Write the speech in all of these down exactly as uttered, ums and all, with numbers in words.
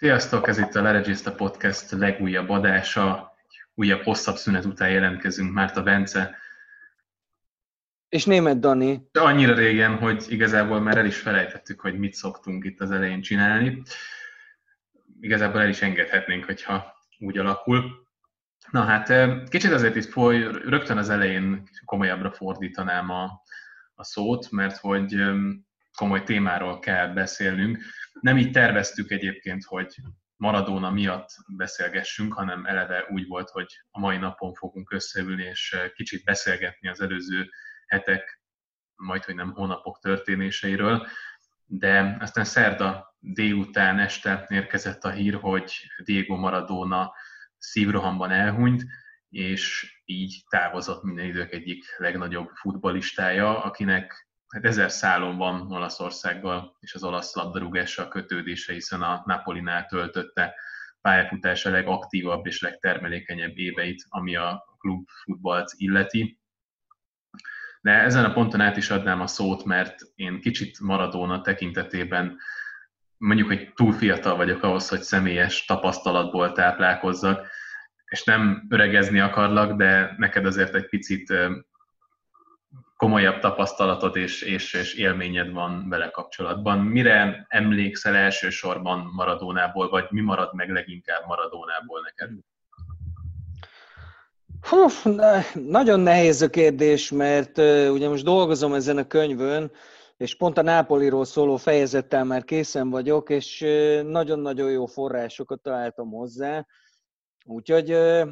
Sziasztok, ez itt a Leregiszta Podcast legújabb adása. Újabb hosszabb szünet után jelentkezünk, Márta Bence. És Németh Dani. De annyira régen, hogy igazából már el is felejtettük, hogy mit szoktunk itt az elején csinálni. Igazából el is engedhetnénk, hogyha úgy alakul. Na hát, kicsit azért itt foly, rögtön az elején komolyabbra fordítanám a, a szót, mert hogy komoly témáról kell beszélnünk. Nem így terveztük egyébként, hogy Maradona miatt beszélgessünk, hanem eleve úgy volt, hogy a mai napon fogunk összeülni, és kicsit beszélgetni az előző hetek, majdhogy nem hónapok történéseiről. De aztán szerda délután este érkezett a hír, hogy Diego Maradona szívrohamban elhunyt, és így távozott minden idők egyik legnagyobb futballistája, akinek hát ezer szálon van Olaszországgal és az olasz labdarúgással kötődése, hiszen a Napolinál töltötte pályafutása legaktívabb és legtermelékenyebb éveit, ami a klubfutballt illeti. De ezen a ponton át is adnám a szót, mert én kicsit Maradona tekintetében mondjuk, hogy túl fiatal vagyok ahhoz, hogy személyes tapasztalatból táplálkozzak, és nem öregezni akarlak, de neked azért egy picit komolyabb tapasztalatod és, és, és élményed van vele kapcsolatban. Mire emlékszel elsősorban Maradónából, vagy mi marad meg leginkább Maradónából neked? Hú, nagyon nehéz a kérdés, mert uh, ugye most dolgozom ezen a könyvön, és pont a Nápoliról szóló fejezettel már készen vagyok, és uh, nagyon-nagyon jó forrásokat találtam hozzá. Úgyhogy uh,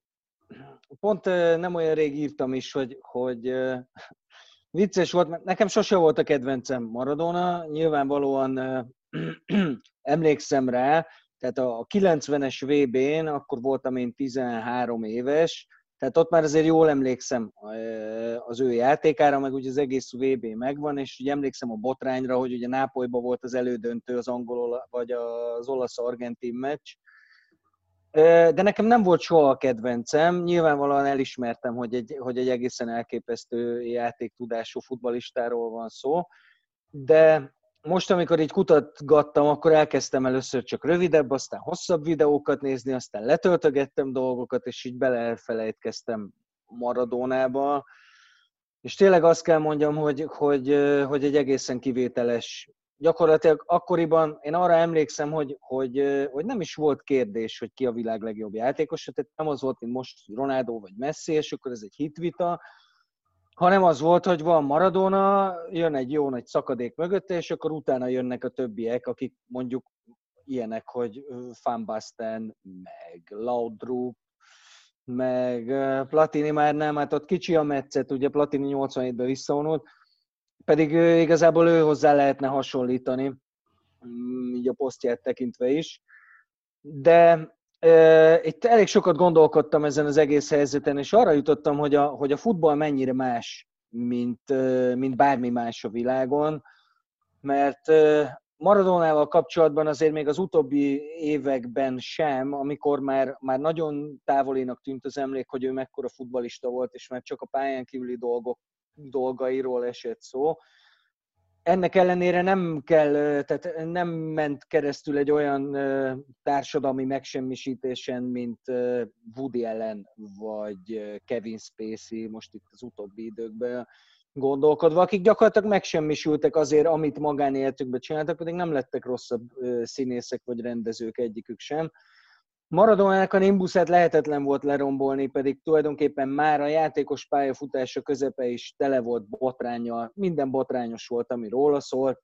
pont uh, nem olyan rég írtam is, hogy, hogy uh, vicces volt, mert nekem sose volt a kedvencem Maradona, nyilvánvalóan uh, emlékszem rá, tehát a kilencvenes vé bén, akkor voltam én tizenhárom éves, tehát ott már azért jól emlékszem az ő játékára, meg ugye az egész vé bé megvan, és ugye emlékszem a botrányra, hogy ugye Nápolyban volt az elődöntő, az angol vagy az olasz-argentin meccs. De nekem nem volt soha a kedvencem, nyilvánvalóan elismertem, hogy egy, hogy egy egészen elképesztő játéktudású futballistáról van szó, de most, amikor így kutatgattam, akkor elkezdtem először csak rövidebb, aztán hosszabb videókat nézni, aztán letöltögettem dolgokat, és így belefelejtkeztem Maradónába. És tényleg azt kell mondjam, hogy, hogy, hogy egy egészen kivételes, gyakorlatilag akkoriban én arra emlékszem, hogy, hogy, hogy nem is volt kérdés, hogy ki a világ legjobb játékosa, tehát nem az volt, mint most Ronaldo vagy Messi, és akkor ez egy hitvita, hanem az volt, hogy van Maradona, jön egy jó nagy szakadék mögötte, és akkor utána jönnek a többiek, akik mondjuk ilyenek, hogy Van Basten, meg Laudrup, meg Platini már nem, hát ott kicsi a metszet, ugye Platini nyolcvanhétben visszavonult, pedig igazából ő hozzá lehetne hasonlítani, így a posztját tekintve is. De Uh, itt elég sokat gondolkodtam ezen az egész helyzeten, és arra jutottam, hogy a, hogy a futball mennyire más, mint, uh, mint bármi más a világon, mert uh, Maradonával kapcsolatban azért még az utóbbi években sem, amikor már, már nagyon távolinak tűnt az emlék, hogy ő mekkora futballista volt, és már csak a pályán kívüli dolgok, dolgairól esett szó. Ennek ellenére nem kell, tehát nem ment keresztül egy olyan társadalmi megsemmisítésen, mint Woody Allen vagy Kevin Spacey most itt az utóbbi időkben gondolkodva, akik gyakorlatilag megsemmisültek azért, amit magánéletükben csináltak, pedig nem lettek rosszabb színészek vagy rendezők egyikük sem. Maradonának a nimbuszát lehetetlen volt lerombolni, pedig tulajdonképpen már a játékos pályafutása közepe is tele volt botránnyal, minden botrányos volt, ami róla szólt.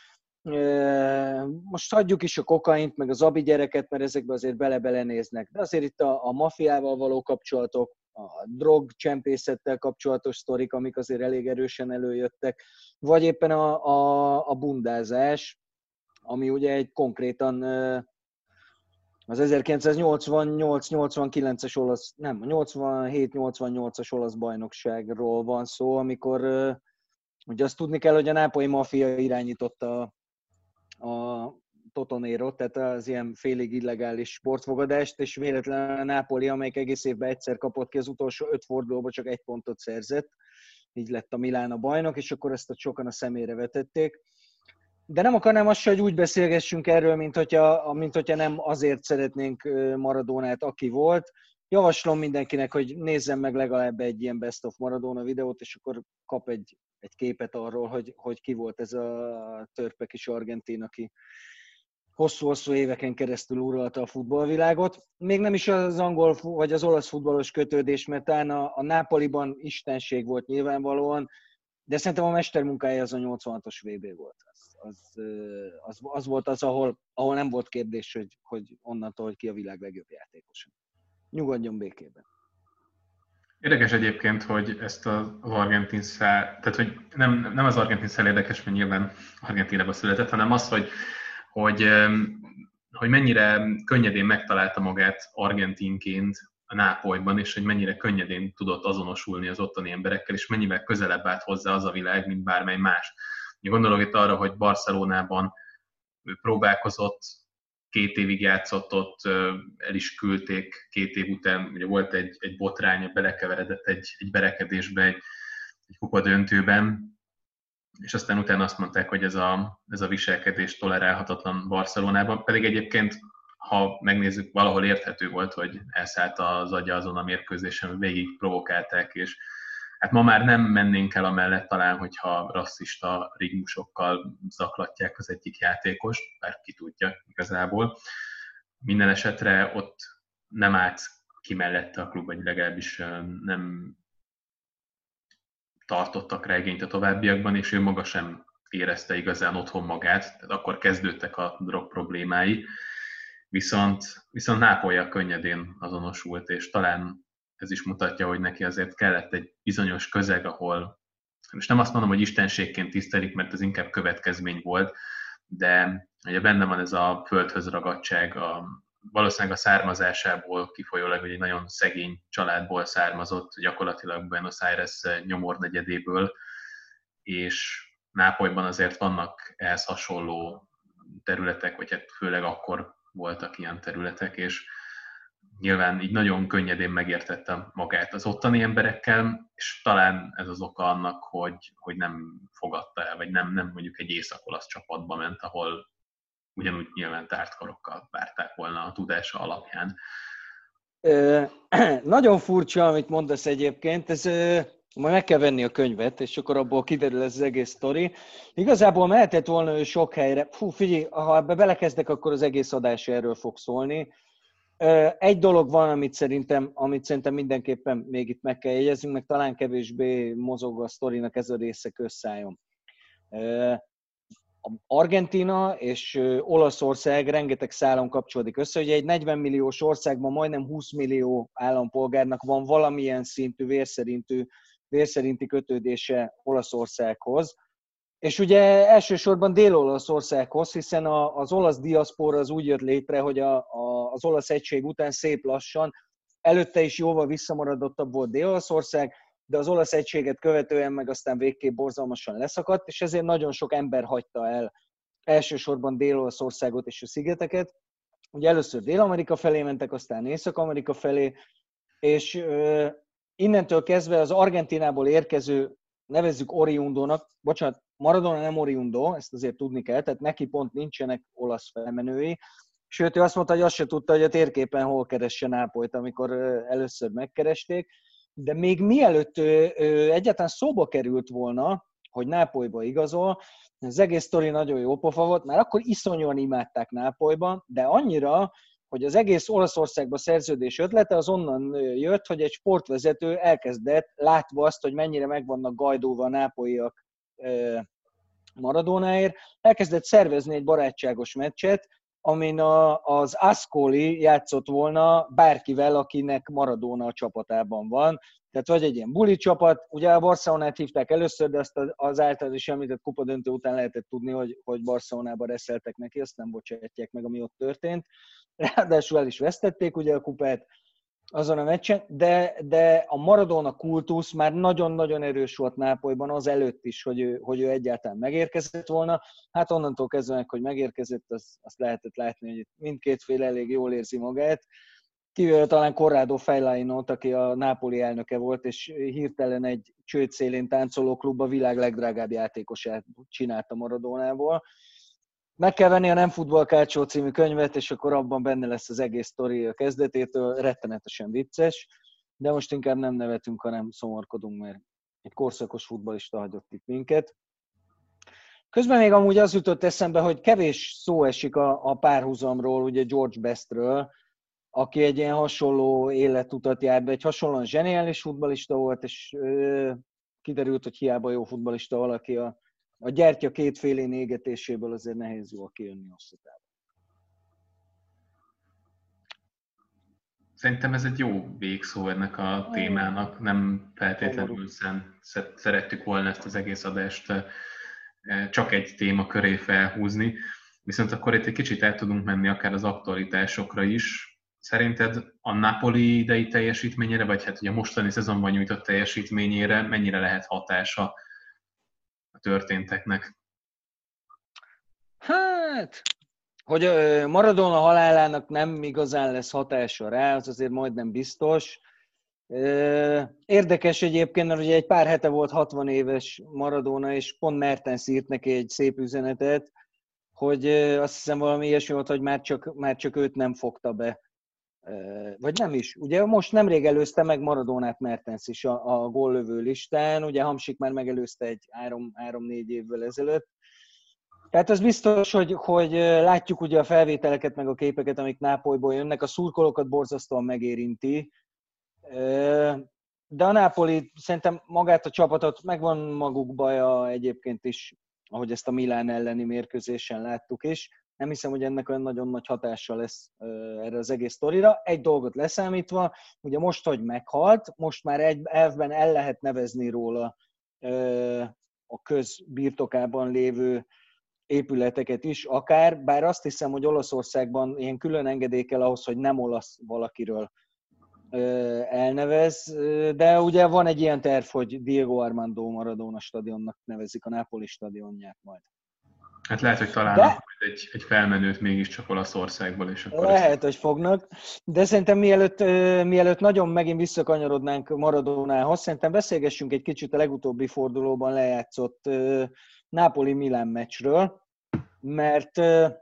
Most hagyjuk is a kokaint, meg az abi gyereket, mert ezekbe azért bele-bele néznek. De azért itt a, a mafiával való kapcsolatok, a drogcsempészettel kapcsolatos sztorik, amik azért elég erősen előjöttek, vagy éppen a, a, a bundázás, ami ugye egy konkrétan az ezerkilencszáznyolcvannyolc nyolcvankilences olasz, nem, nyolcvanhét nyolcvannyolcas olasz bajnokságról van szó, amikor uh, ugye azt tudni kell, hogy a nápolyi maffia irányította a, a Totonérot, tehát az ilyen félig illegális sportfogadást, és véletlenül a Nápoli, amelyik egész évben egyszer kapott ki, az utolsó öt fordulóban csak egy pontot szerzett, így lett a Milán a bajnok, és akkor ezt a sokan a szemére vetették. De nem akarnám azt, hogy úgy beszélgessünk erről, mint hogyha, mint hogyha nem azért szeretnénk Maradónát, aki volt. Javaslom mindenkinek, hogy nézzen meg legalább egy ilyen Best of Maradona videót, és akkor kap egy, egy képet arról, hogy, hogy ki volt ez a törpe kis argentin, aki hosszú-hosszú éveken keresztül uralta a futballvilágot. Még nem is az angol vagy az olasz futballos kötődés, mert talán a, a Nápoliban istenség volt nyilvánvalóan, de szerintem a mestermunkája az a nyolcvanhatos vé bé volt. Az, az, az, az volt az, ahol, ahol nem volt kérdés, hogy, hogy onnantól, hogy ki a világ legjobb játékosa. Nyugodjon békében. Érdekes egyébként, hogy ezt az argentin szál, tehát hogy nem, nem az argentin szál érdekes, mert nyilván Argentínában született, hanem az, hogy, hogy, hogy mennyire könnyedén megtalálta magát argentinként a Nápolyban, és hogy mennyire könnyedén tudott azonosulni az ottani emberekkel, és mennyivel közelebb állt hozzá az a világ, mint bármely más. Gondolok itt arra, hogy Barcelonában próbálkozott, két évig játszott ott, el is küldték két év után, ugye volt egy, egy botránya, belekeveredett egy, egy verekedésbe, egy, egy kupa döntőben, és aztán utána azt mondták, hogy ez a, ez a viselkedés tolerálhatatlan Barcelonában, pedig egyébként, ha megnézzük, valahol érthető volt, hogy elszállt az agya azon a mérkőzésen, végig provokálták, és hát ma már nem mennénk el amellett talán, hogyha rasszista rigmusokkal zaklatják az egyik játékost, bár ki tudja igazából. Minden esetre ott nem állt ki mellette a klub, vagy legalábbis nem tartottak rá igényt a továbbiakban, és ő maga sem érezte igazán otthon magát, tehát akkor kezdődtek a drog problémái, viszont, viszont Nápolya könnyedén azonosult, és talán ez is mutatja, hogy neki azért kellett egy bizonyos közeg, ahol, most nem azt mondom, hogy istenségként tisztelik, mert ez inkább következmény volt, de ugye benne van ez a földhöz ragadtság, a, valószínűleg a származásából kifolyólag, hogy egy nagyon szegény családból származott, gyakorlatilag Buenos Aires nyomornegyedéből, és Nápolyban azért vannak ehhez hasonló területek, vagy hát főleg akkor voltak ilyen területek, és nyilván így nagyon könnyedén megértette magát az ottani emberekkel, és talán ez az oka annak, hogy, hogy nem fogadta el, vagy nem, nem mondjuk egy észak-olasz csapatba ment, ahol ugyanúgy nyilván tárt karokkal várták volna a tudása alapján. Ö, nagyon furcsa, amit mondasz egyébként, ez ö, majd meg kell venni a könyvet, és akkor abból kiderül ez az egész sztori. Igazából mehetett volna ő sok helyre. Fú, figyelj, ha ebbe belekezdek, akkor az egész adás erről fog szólni. Egy dolog van, amit szerintem, amit szerintem mindenképpen még itt meg kell jegyeznünk, meg talán kevésbé mozog a sztorinak ez a része közszálljon. Argentína és Olaszország rengeteg szálon kapcsolódik össze. Ugye egy negyven milliós országban majdnem húsz millió állampolgárnak van valamilyen szintű vérszerintű, vérszerinti kötődése Olaszországhoz. És ugye elsősorban Dél-Olaszországhoz, hiszen a, az olasz diaszpora az úgy jött létre, hogy a, a, az olasz egység után szép lassan, előtte is jóval visszamaradottabb volt Dél-Olaszország, de az olasz egységet követően meg aztán végképp borzalmasan leszakadt, és ezért nagyon sok ember hagyta el elsősorban Dél-Olaszországot és a szigeteket. Ugye először Dél-Amerika felé mentek, aztán Észak-Amerika felé, és ö, innentől kezdve az Argentínából érkező, nevezzük oriundónak, bocsánat, Maradona nem oriundo, ezt azért tudni kell, tehát neki pont nincsenek olasz felmenői, sőt, ő azt mondta, hogy azt se tudta, hogy a térképen hol keresse Nápolyt, amikor először megkeresték, de még mielőtt egyáltalán szóba került volna, hogy Nápolyba igazol, az egész sztori nagyon jó pofa volt, mert akkor iszonyúan imádták Nápolyba, de annyira, hogy az egész Olaszországba szerződés ötlete az onnan jött, hogy egy sportvezető elkezdett, látva azt, hogy mennyire meg vannak gajdóva a nápolyiak Maradonáért, elkezdett szervezni egy barátságos meccset, amin a, az Ascoli játszott volna bárkivel, akinek Maradona a csapatában van. Tehát vagy egy ilyen buli csapat, ugye a Barcelonát hívták először, de azt az által is említett kupadöntő után lehetett tudni, hogy, hogy Barcelonába reszeltek neki, azt nem bocsátják meg, ami ott történt. Ráadásul el is vesztették ugye a kupát azon a meccsen, de, de a Maradona kultusz már nagyon-nagyon erős volt Nápolyban az előtt is, hogy ő, hogy ő egyáltalán megérkezett volna. Hát onnantól kezdve, hogy megérkezett, az, azt lehetett látni, hogy mindkét fél elég jól érzi magát. Kivéve talán Corrado Fellainót, aki a Nápoli elnöke volt, és hirtelen egy csőd szélén táncoló klub a világ legdrágább játékosát csinálta Maradonából. Meg kell venni a Nem Futball Kácsó című könyvet, és akkor abban benne lesz az egész sztori a kezdetétől, rettenetesen vicces, de most inkább nem nevetünk, hanem szomorkodunk, mert egy korszakos futballista hagyott itt minket. Közben még amúgy az jutott eszembe, hogy kevés szó esik a, a párhuzamról, ugye George Bestről, aki egy ilyen hasonló életutat járt be, egy hasonlóan zseniális futballista volt, és ö, kiderült, hogy hiába jó futballista valaki, a, a gyertya két félén égetéséből azért nehéz jól kijönni hosszú távon. Szerintem ez egy jó végszó ennek a témának, nem feltétlenül szent, szerettük volna ezt az egész adást csak egy téma köré felhúzni, viszont akkor itt egy kicsit el tudunk menni akár az aktualitásokra is. Szerinted a Napoli idei teljesítményére, vagy hát ugye a mostani szezonban nyújtott teljesítményére mennyire lehet hatása a történteknek? Hát, hogy Maradona halálának nem igazán lesz hatása rá, az azért majdnem biztos. Érdekes egyébként, mert ugye egy pár hete volt hatvan éves Maradona, és pont Mertens írt neki egy szép üzenetet, hogy azt hiszem valami ilyesmi volt, hogy már csak, már csak őt nem fogta be. Vagy nem is. Ugye most nemrég előzte meg Maradonát Mertens is a, a góllövő listán, ugye Hamsik már megelőzte egy három-négy évvel ezelőtt. Tehát az biztos, hogy, hogy látjuk ugye a felvételeket, meg a képeket, amik Nápolyból jönnek, a szurkolókat borzasztóan megérinti. De a Napoli szerintem magát a csapatot, megvan maguk baja egyébként is, ahogy ezt a Milán elleni mérkőzésen láttuk is. Nem hiszem, hogy ennek olyan nagyon nagy hatása lesz erre az egész sztorira. Egy dolgot leszámítva, ugye most, hogy meghalt, most már egy elvben el lehet nevezni róla a közbirtokában lévő épületeket is, akár, bár azt hiszem, hogy Olaszországban ilyen külön engedély kell ahhoz, hogy nem olasz valakiről elnevez, de ugye van egy ilyen terv, hogy Diego Armando Maradona stadionnak nevezik a Napoli stadionját majd. Hát lehet, hogy találnak de, egy, egy felmenőt mégiscsak Olaszországból, és akkor... Lehet, ezt... hogy fognak, de szerintem mielőtt, mielőtt nagyon megint visszakanyarodnánk Maradonához, szerintem beszélgessünk egy kicsit a legutóbbi fordulóban lejátszott Napoli-Milán meccsről, mert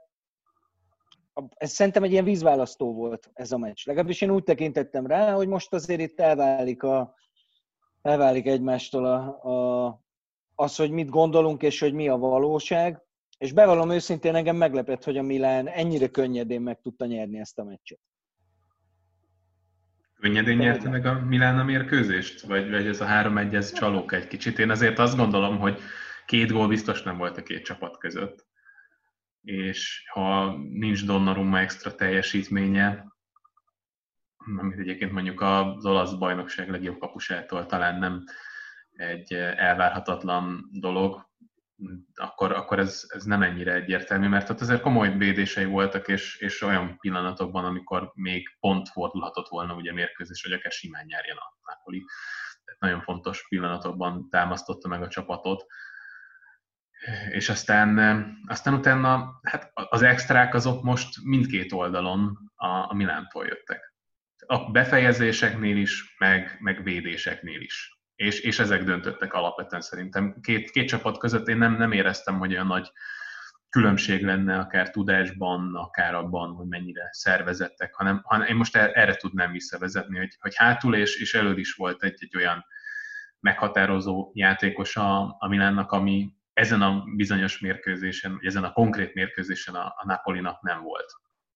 ez szerintem egy ilyen vízválasztó volt ez a meccs. Legalábbis én úgy tekintettem rá, hogy most azért itt elválik, a, elválik egymástól a, a, az, hogy mit gondolunk, és hogy mi a valóság. És bevallom őszintén, engem meglepett, hogy a Milán ennyire könnyedén meg tudta nyerni ezt a meccset. Könnyedén nyerte meg a Milán a mérkőzést? Vagy, vagy ez a három egy, ez csalók egy kicsit? Én azért azt gondolom, hogy két gól biztos nem volt a két csapat között. És ha nincs Donnarumma extra teljesítménye, amit egyébként mondjuk az olasz bajnokság legjobb kapusától talán nem egy elvárhatatlan dolog, akkor, akkor ez, ez nem ennyire egyértelmű, mert ott azért komoly védései voltak, és, és olyan pillanatokban, amikor még pont fordulhatott volna ugye mérkőzés, hogy akár simán nyerjen a Napoli. Tehát nagyon fontos pillanatokban támasztotta meg a csapatot. És aztán, aztán utána hát az extrák azok most mindkét oldalon a, a Milántól jöttek. A befejezéseknél is, meg, meg védéseknél is. És, és ezek döntöttek alapvetően szerintem. Két, két csapat között én nem, nem éreztem, hogy olyan nagy különbség lenne, akár tudásban, akár abban, hogy mennyire szervezettek, hanem, hanem én most erre tudnám visszavezetni, hogy, hogy hátul és, és elől is volt egy, egy olyan meghatározó játékos a, a Milánnak, ami ezen a bizonyos mérkőzésen, vagy ezen a konkrét mérkőzésen a, a Napolinak nem volt.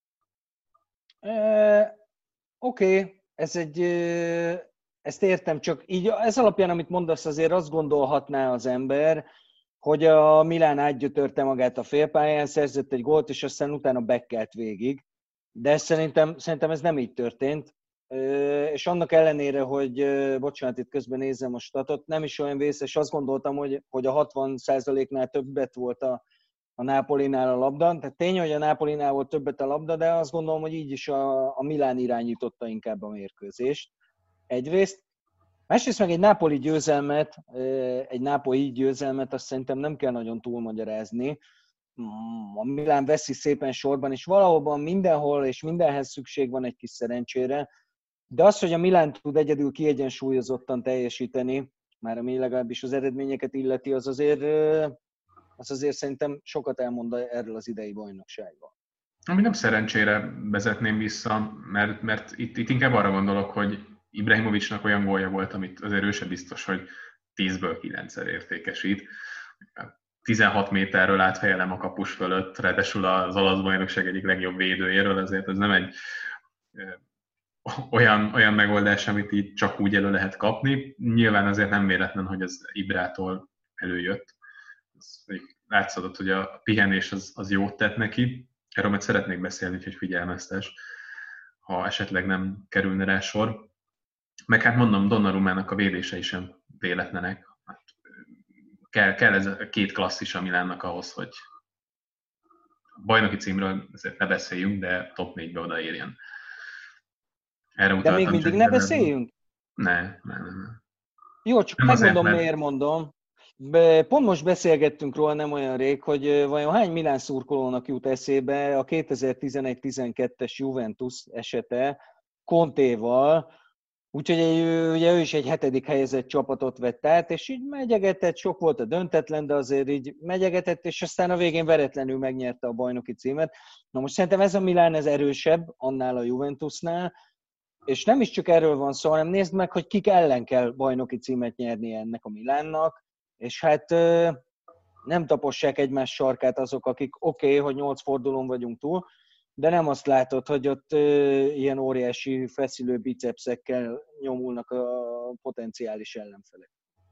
E, Oké, okay. ez egy, ezt értem, csak így ez alapján, amit mondasz, azért azt gondolhatná az ember, hogy a Milán átgyötörte magát a félpályán, szerzett egy gólt, és aztán utána bekkelt végig. De szerintem, szerintem ez nem így történt. És annak ellenére, hogy, bocsánat, itt közben nézem a statot, nem is olyan vészes, azt gondoltam, hogy, hogy a hatvan százaléknál többet volt a, a Nápolinál a labda. Tehát tény, hogy a Nápolinál volt többet a labda, de azt gondolom, hogy így is a, a Milán irányította inkább a mérkőzést. Egyrészt. Másrészt meg egy Nápoli győzelmet, egy nápolyi győzelmet, azt szerintem nem kell nagyon túlmagyarázni. A Milán veszi szépen sorban, és valahol mindenhol és mindenhez szükség van egy kis szerencsére. De az, hogy a Milán tud egyedül kiegyensúlyozottan teljesíteni, már ami legalábbis az eredményeket illeti, az azért az azért szerintem sokat elmond erről az idei bajnokságról. Ami nem szerencsére vezetném vissza, mert, mert itt, itt inkább arra gondolok, hogy Ibrahimovicsnak olyan gólja volt, amit azért ő sem biztos, hogy tízből kilencszer értékesít. tizenhat méterről átfejelem a kapus fölött, ráadásul az olasz bajnokság egyik legjobb védőjéről, azért ez nem egy olyan, olyan megoldás, amit így csak úgy elő lehet kapni. Nyilván azért nem véletlen, hogy az Ibrától előjött. Látszott, hogy a pihenés az, az jót tett neki. Erről majd szeretnék beszélni, hogy figyelmeztes, ha esetleg nem kerülne rá sor. Meg hát mondom, Donnarumának a védései sem véletlenek. Hát kell, kell ez a két klasszis a Milánnak ahhoz, hogy bajnoki címről azért ne beszéljünk, de top négybe odaérjen. Erre de még mindig ne beszéljünk? Ne, ne, ne. ne. Jó, csak nem megmondom, azért, miért mondom. Pont most beszélgettünk róla nem olyan rég, hogy vajon hány Milán szurkolónak jut eszébe a kétezer-tizenegy-tizenkettes Juventus esete Contéval, úgyhogy egy, ugye ő is egy hetedik helyezett csapatot vett át, és így megyegetett, sok volt a döntetlen, de azért így megyegetett, és aztán a végén veretlenül megnyerte a bajnoki címet. Na most szerintem ez a Milán ez erősebb annál a Juventusnál, és nem is csak erről van szó, hanem nézd meg, hogy kik ellen kell bajnoki címet nyerni ennek a Milánnak, és hát nem tapossák egymás sarkát azok, akik oké, okay, hogy nyolc fordulón vagyunk túl, de nem azt látod, hogy ott ilyen óriási feszülő bicepszekkel nyomulnak a potenciális ellenfelek.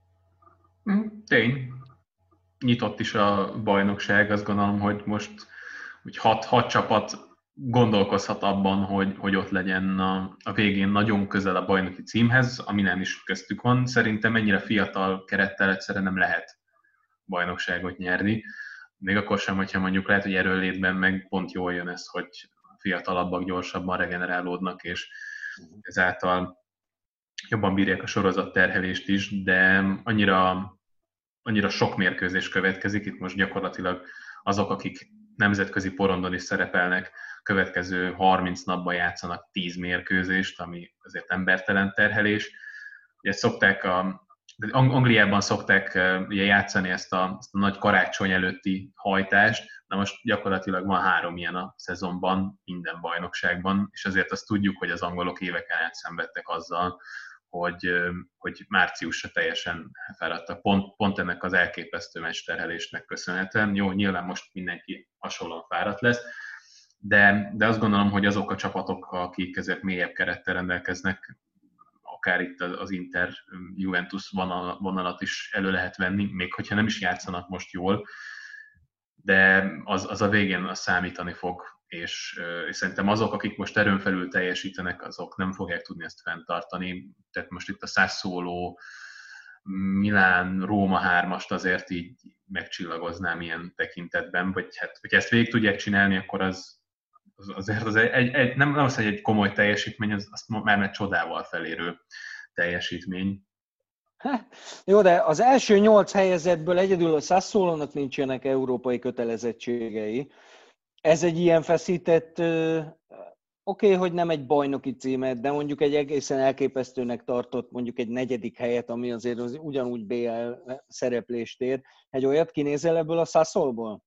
Tény. Nyitott is a bajnokság, azt gondolom, hogy most úgy hat, hat csapat gondolkozhat abban, hogy, hogy ott legyen a, a végén nagyon közel a bajnoki címhez, ami nem is köztük van. Szerintem ennyire fiatal kerettel egyszerűen nem lehet bajnokságot nyerni. Még akkor sem, hogyha mondjuk lehet, hogy erőnlétben meg pont jól jön ez, hogy fiatalabbak gyorsabban regenerálódnak, és ezáltal jobban bírják a sorozat terhelést is, de annyira, annyira sok mérkőzés következik, itt most gyakorlatilag azok, akik nemzetközi porondon is szerepelnek, következő harminc napban játszanak tíz mérkőzést, ami azért embertelen terhelés. Ugye szokták a, Angliában szokták ugye játszani ezt a, ezt a nagy karácsony előtti hajtást, na most gyakorlatilag van három ilyen a szezonban, minden bajnokságban, és azért azt tudjuk, hogy az angolok éveken át szenvedtek azzal, hogy, hogy márciusra teljesen feladtak. Pont, pont ennek az elképesztő mesterhelésnek köszönhetően. Jó, nyilván most mindenki hasonlóan fáradt lesz, de, de azt gondolom, hogy azok a csapatok, akik ezért mélyebb kerettel rendelkeznek, akár itt az Inter-Juventus vonalat is elő lehet venni, még hogyha nem is játszanak most jól, de az, az a végén az számítani fog, és, és szerintem azok, akik most erőn felül teljesítenek, azok nem fogják tudni ezt fenntartani. Tehát most itt a Sassuolo, Milán, Róma hármast azért így megcsillagoznám ilyen tekintetben, vagy hát, hogy ezt végig tudják csinálni, akkor az, az azért az egy, egy, nem, nem az, hogy egy komoly teljesítmény, az, az már egy csodával felérő teljesítmény. Ha, jó, de az első nyolc helyezettből egyedül a Sassuolónak nincsenek európai kötelezettségei. Ez egy ilyen feszített, oké, okay, hogy nem egy bajnoki címet, de mondjuk egy egészen elképesztőnek tartott, mondjuk egy negyedik helyet, ami azért az ugyanúgy bé el szereplést ér. Egy olyat kinézel ebből a Sassuolóból?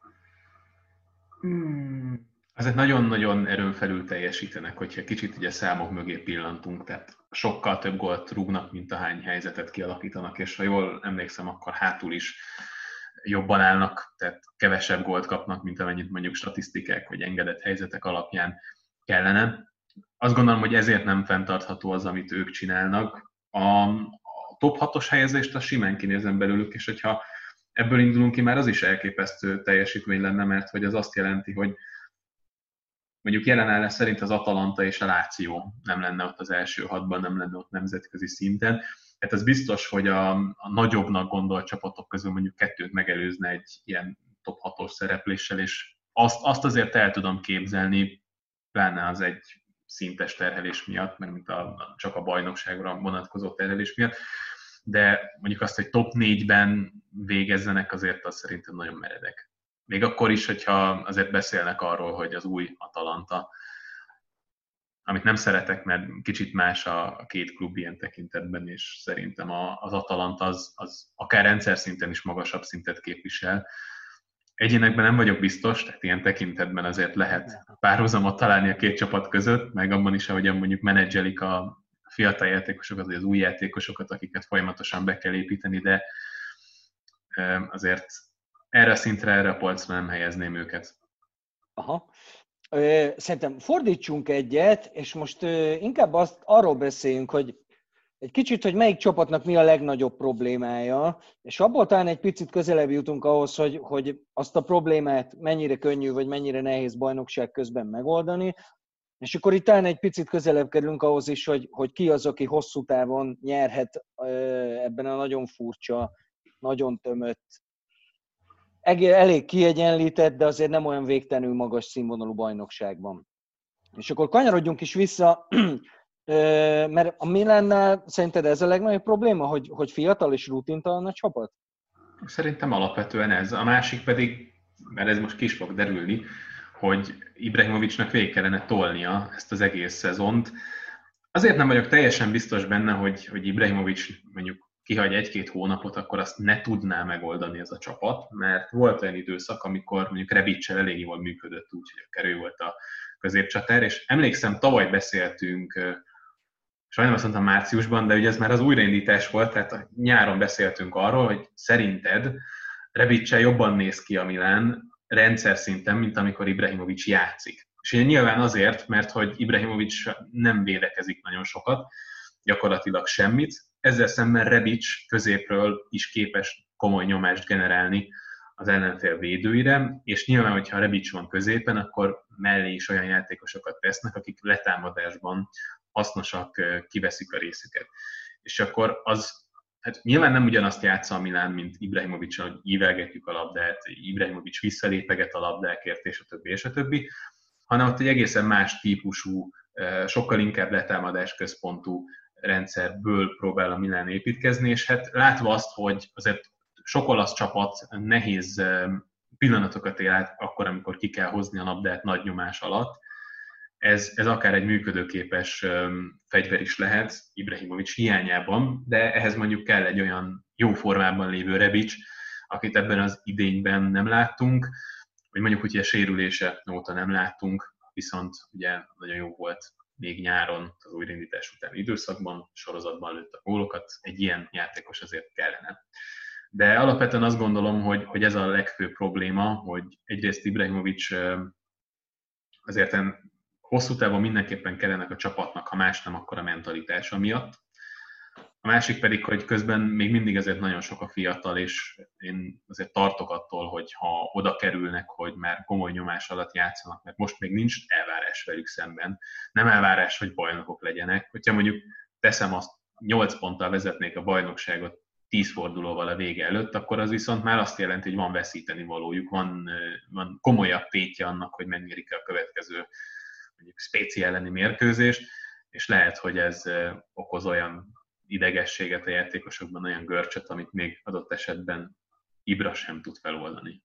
Hmm. Azért nagyon-nagyon erőn felül teljesítenek, hogyha kicsit ugye számok mögé pillantunk, tehát sokkal több gólt rúgnak, mint ahány helyzetet kialakítanak, és ha jól emlékszem, akkor hátul is jobban állnak, tehát kevesebb gólt kapnak, mint amennyit mondjuk statisztikák vagy engedett helyzetek alapján kellene. Azt gondolom, hogy ezért nem fenntartható az, amit ők csinálnak. A, a top hatos helyezést a simán kinézem belőlük, és hogyha ebből indulunk ki, már az is elképesztő teljesítmény lenne, mert hogy az azt jelenti, hogy mondjuk jelenállás szerint az Atalanta és a Lazio nem lenne ott az első hatban, nem lenne ott nemzetközi szinten. Tehát az biztos, hogy a, a nagyobbnak gondolt csapatok közül mondjuk kettőt megelőzne egy ilyen top hatos szerepléssel, és azt, azt azért el tudom képzelni, pláne az egy szintes terhelés miatt, mert mint a, csak a bajnokságra vonatkozó terhelés miatt, de mondjuk azt, hogy top négyben végezzenek, azért az szerintem nagyon meredek. Még akkor is, hogyha azért beszélnek arról, hogy az új Atalanta, amit nem szeretek, mert kicsit más a két klub ilyen tekintetben, és szerintem az Atalanta az, az akár rendszer szinten is magasabb szintet képvisel. Egyénekben nem vagyok biztos, tehát ilyen tekintetben azért lehet párhuzamot találni a két csapat között, meg abban is, ahogyan mondjuk menedzselik a fiatal játékosokat, vagy az új játékosokat, akiket folyamatosan be kell építeni, de azért erre a szintre, erre a polcra nem helyezném őket. Aha. Szerintem fordítsunk egyet, és most inkább azt, arról beszéljünk, hogy egy kicsit, hogy melyik csapatnak mi a legnagyobb problémája, és abból talán egy picit közelebb jutunk ahhoz, hogy, hogy azt a problémát mennyire könnyű, vagy mennyire nehéz bajnokság közben megoldani, és akkor itt talán egy picit közelebb kerülünk ahhoz is, hogy, hogy ki az, aki hosszú távon nyerhet ebben a nagyon furcsa, nagyon tömött, elég kiegyenlített, de azért nem olyan végtelenül magas színvonalú bajnokságban. És akkor kanyarodjunk is vissza, mert a Milánnál szerinted ez a legnagyobb probléma, hogy, hogy fiatal és rutintalan a csapat? Szerintem alapvetően ez. A másik pedig, mert ez most ki is fog derülni, hogy Ibrahimovicsnak végig kellene tolnia ezt az egész szezont. Azért nem vagyok teljesen biztos benne, hogy, hogy Ibrahimovics mondjuk kihagy egy-két hónapot, akkor azt ne tudná megoldani ez a csapat, mert volt olyan időszak, amikor mondjuk Rebic-sel elég jól működött úgy, hogy akár ő volt a középcsatár, és emlékszem, tavaly beszéltünk, sajnálom azt mondtam márciusban, de ugye ez már az újraindítás volt, tehát nyáron beszéltünk arról, hogy szerinted Rebic-sel jobban néz ki a Milán rendszer szinten, mint amikor Ibrahimovics játszik. És ugye nyilván azért, mert hogy Ibrahimovics nem védekezik nagyon sokat, gyakorlatilag semmit, ezzel szemben Rebic középről is képes komoly nyomást generálni az ellenfél védőire, és nyilván, hogyha Rebic van középen, akkor mellé is olyan játékosokat tesznek, akik letámadásban hasznosak, kiveszik a részüket. És akkor az, hát nyilván nem ugyanazt játsza a Milán, mint Ibrahimovics, hogy ívelgetjük a labdát, Ibrahimovics visszalépeget a labdákért, és a többi, és a többi, hanem ott egy egészen más típusú, sokkal inkább letámadás központú rendszerből próbál a Milán építkezni, és hát látva azt, hogy azért sok olasz csapat nehéz pillanatokat él át akkor, amikor ki kell hozni a labdát nagy nyomás alatt, ez, ez akár egy működőképes fegyver is lehet Ibrahimovics hiányában, de ehhez mondjuk kell egy olyan jó formában lévő Rebic, akit ebben az idényben nem láttunk, vagy mondjuk ugye a sérülése óta nem láttunk, viszont ugye nagyon jó volt még nyáron az újraindítás utáni időszakban, sorozatban lőtt a gólokat, egy ilyen játékos azért kellene. De alapvetően azt gondolom, hogy, hogy ez a legfőbb probléma, hogy egyrészt Ibrahimovics azért hosszú távon mindenképpen kellenek a csapatnak, ha más nem, akkor a mentalitása miatt. A másik pedig, hogy közben még mindig azért nagyon sok a fiatal, és én azért tartok attól, hogy ha oda kerülnek, hogy már komoly nyomás alatt játszanak, mert most még nincs elvárás velük szemben. Nem elvárás, hogy bajnokok legyenek. Hogyha mondjuk teszem azt, nyolc ponttal vezetnék a bajnokságot tíz fordulóval a vége előtt, akkor az viszont már azt jelenti, hogy van veszíteni valójuk, van, van komolyabb tétje annak, hogy megnyerik a következő mondjuk Spéci elleni mérkőzés, és lehet, hogy ez okoz olyan idegességet a játékosokban, olyan görcsöt, amit még adott esetben Ibra sem tud feloldani.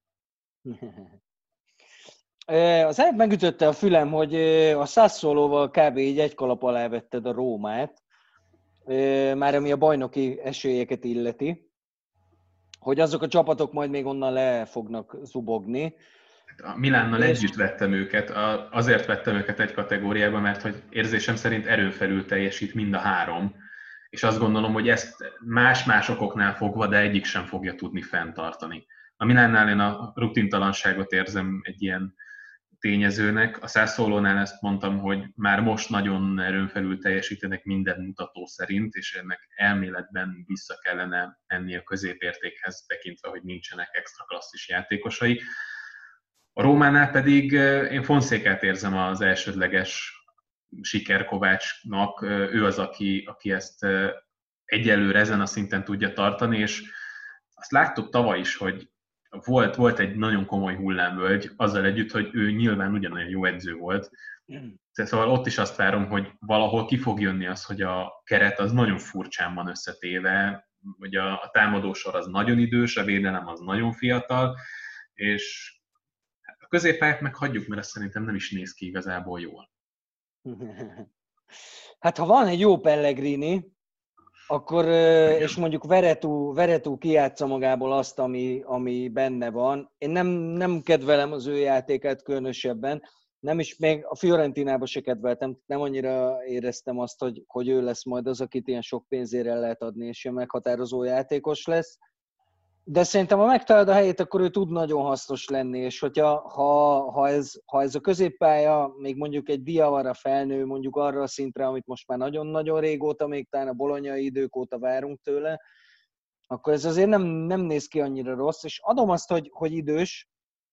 Az előbb megütötte a fülem, hogy a Sassuolóval kb. Így egy kalap alá vetted a Rómát, már ami a bajnoki esélyeket illeti, hogy azok a csapatok majd még onnan le fognak zubogni. A Milánnal és... együtt vettem őket, azért vettem őket egy kategóriába, mert hogy érzésem szerint erőfelül teljesít mind a három, és azt gondolom, hogy ezt más-más okoknál fogva, de egyik sem fogja tudni fenntartani. A Milánnál én a rutintalanságot érzem egy ilyen tényezőnek, a Sassuolónál ezt mondtam, hogy már most nagyon erőn felül teljesítenek minden mutató szerint, és ennek elméletben vissza kellene menni a középértékhez, tekintve, hogy nincsenek extra klasszis játékosai. A Rómánál pedig én Fonszékát érzem az elsődleges sikerkovácsnak, ő az, aki, aki ezt egyelőre ezen a szinten tudja tartani, és azt láttuk tavaly is, hogy volt, volt egy nagyon komoly hullámvölgy, azzal együtt, hogy ő nyilván ugyanolyan jó edző volt. Szóval ott is azt várom, hogy valahol ki fog jönni az, hogy a keret az nagyon furcsán van összetéve, hogy a, a támadósor az nagyon idős, a védelem az nagyon fiatal, és a középpályát meg hagyjuk, mert azt szerintem nem is néz ki igazából jól. Hát ha van egy jó Pellegrini, akkor, és mondjuk Veretú, Veretú kijátsza magából azt, ami, ami benne van. Én nem, nem kedvelem az ő játékát különösebben, nem is, még a Fiorentinában se kedveltem, nem annyira éreztem azt, hogy, hogy ő lesz majd az, akit ilyen sok pénzére el lehet adni, és ilyen meghatározó játékos lesz. De szerintem, ha megtalálod a helyét, akkor ő tud nagyon hasznos lenni, és hogyha ha, ha, ez, ha ez a középpálya, még mondjuk egy Diawara felnő, mondjuk arra a szintre, amit most már nagyon-nagyon régóta, még talán a bolonyai idők óta várunk tőle, akkor ez azért nem, nem néz ki annyira rossz, és adom azt, hogy, hogy idős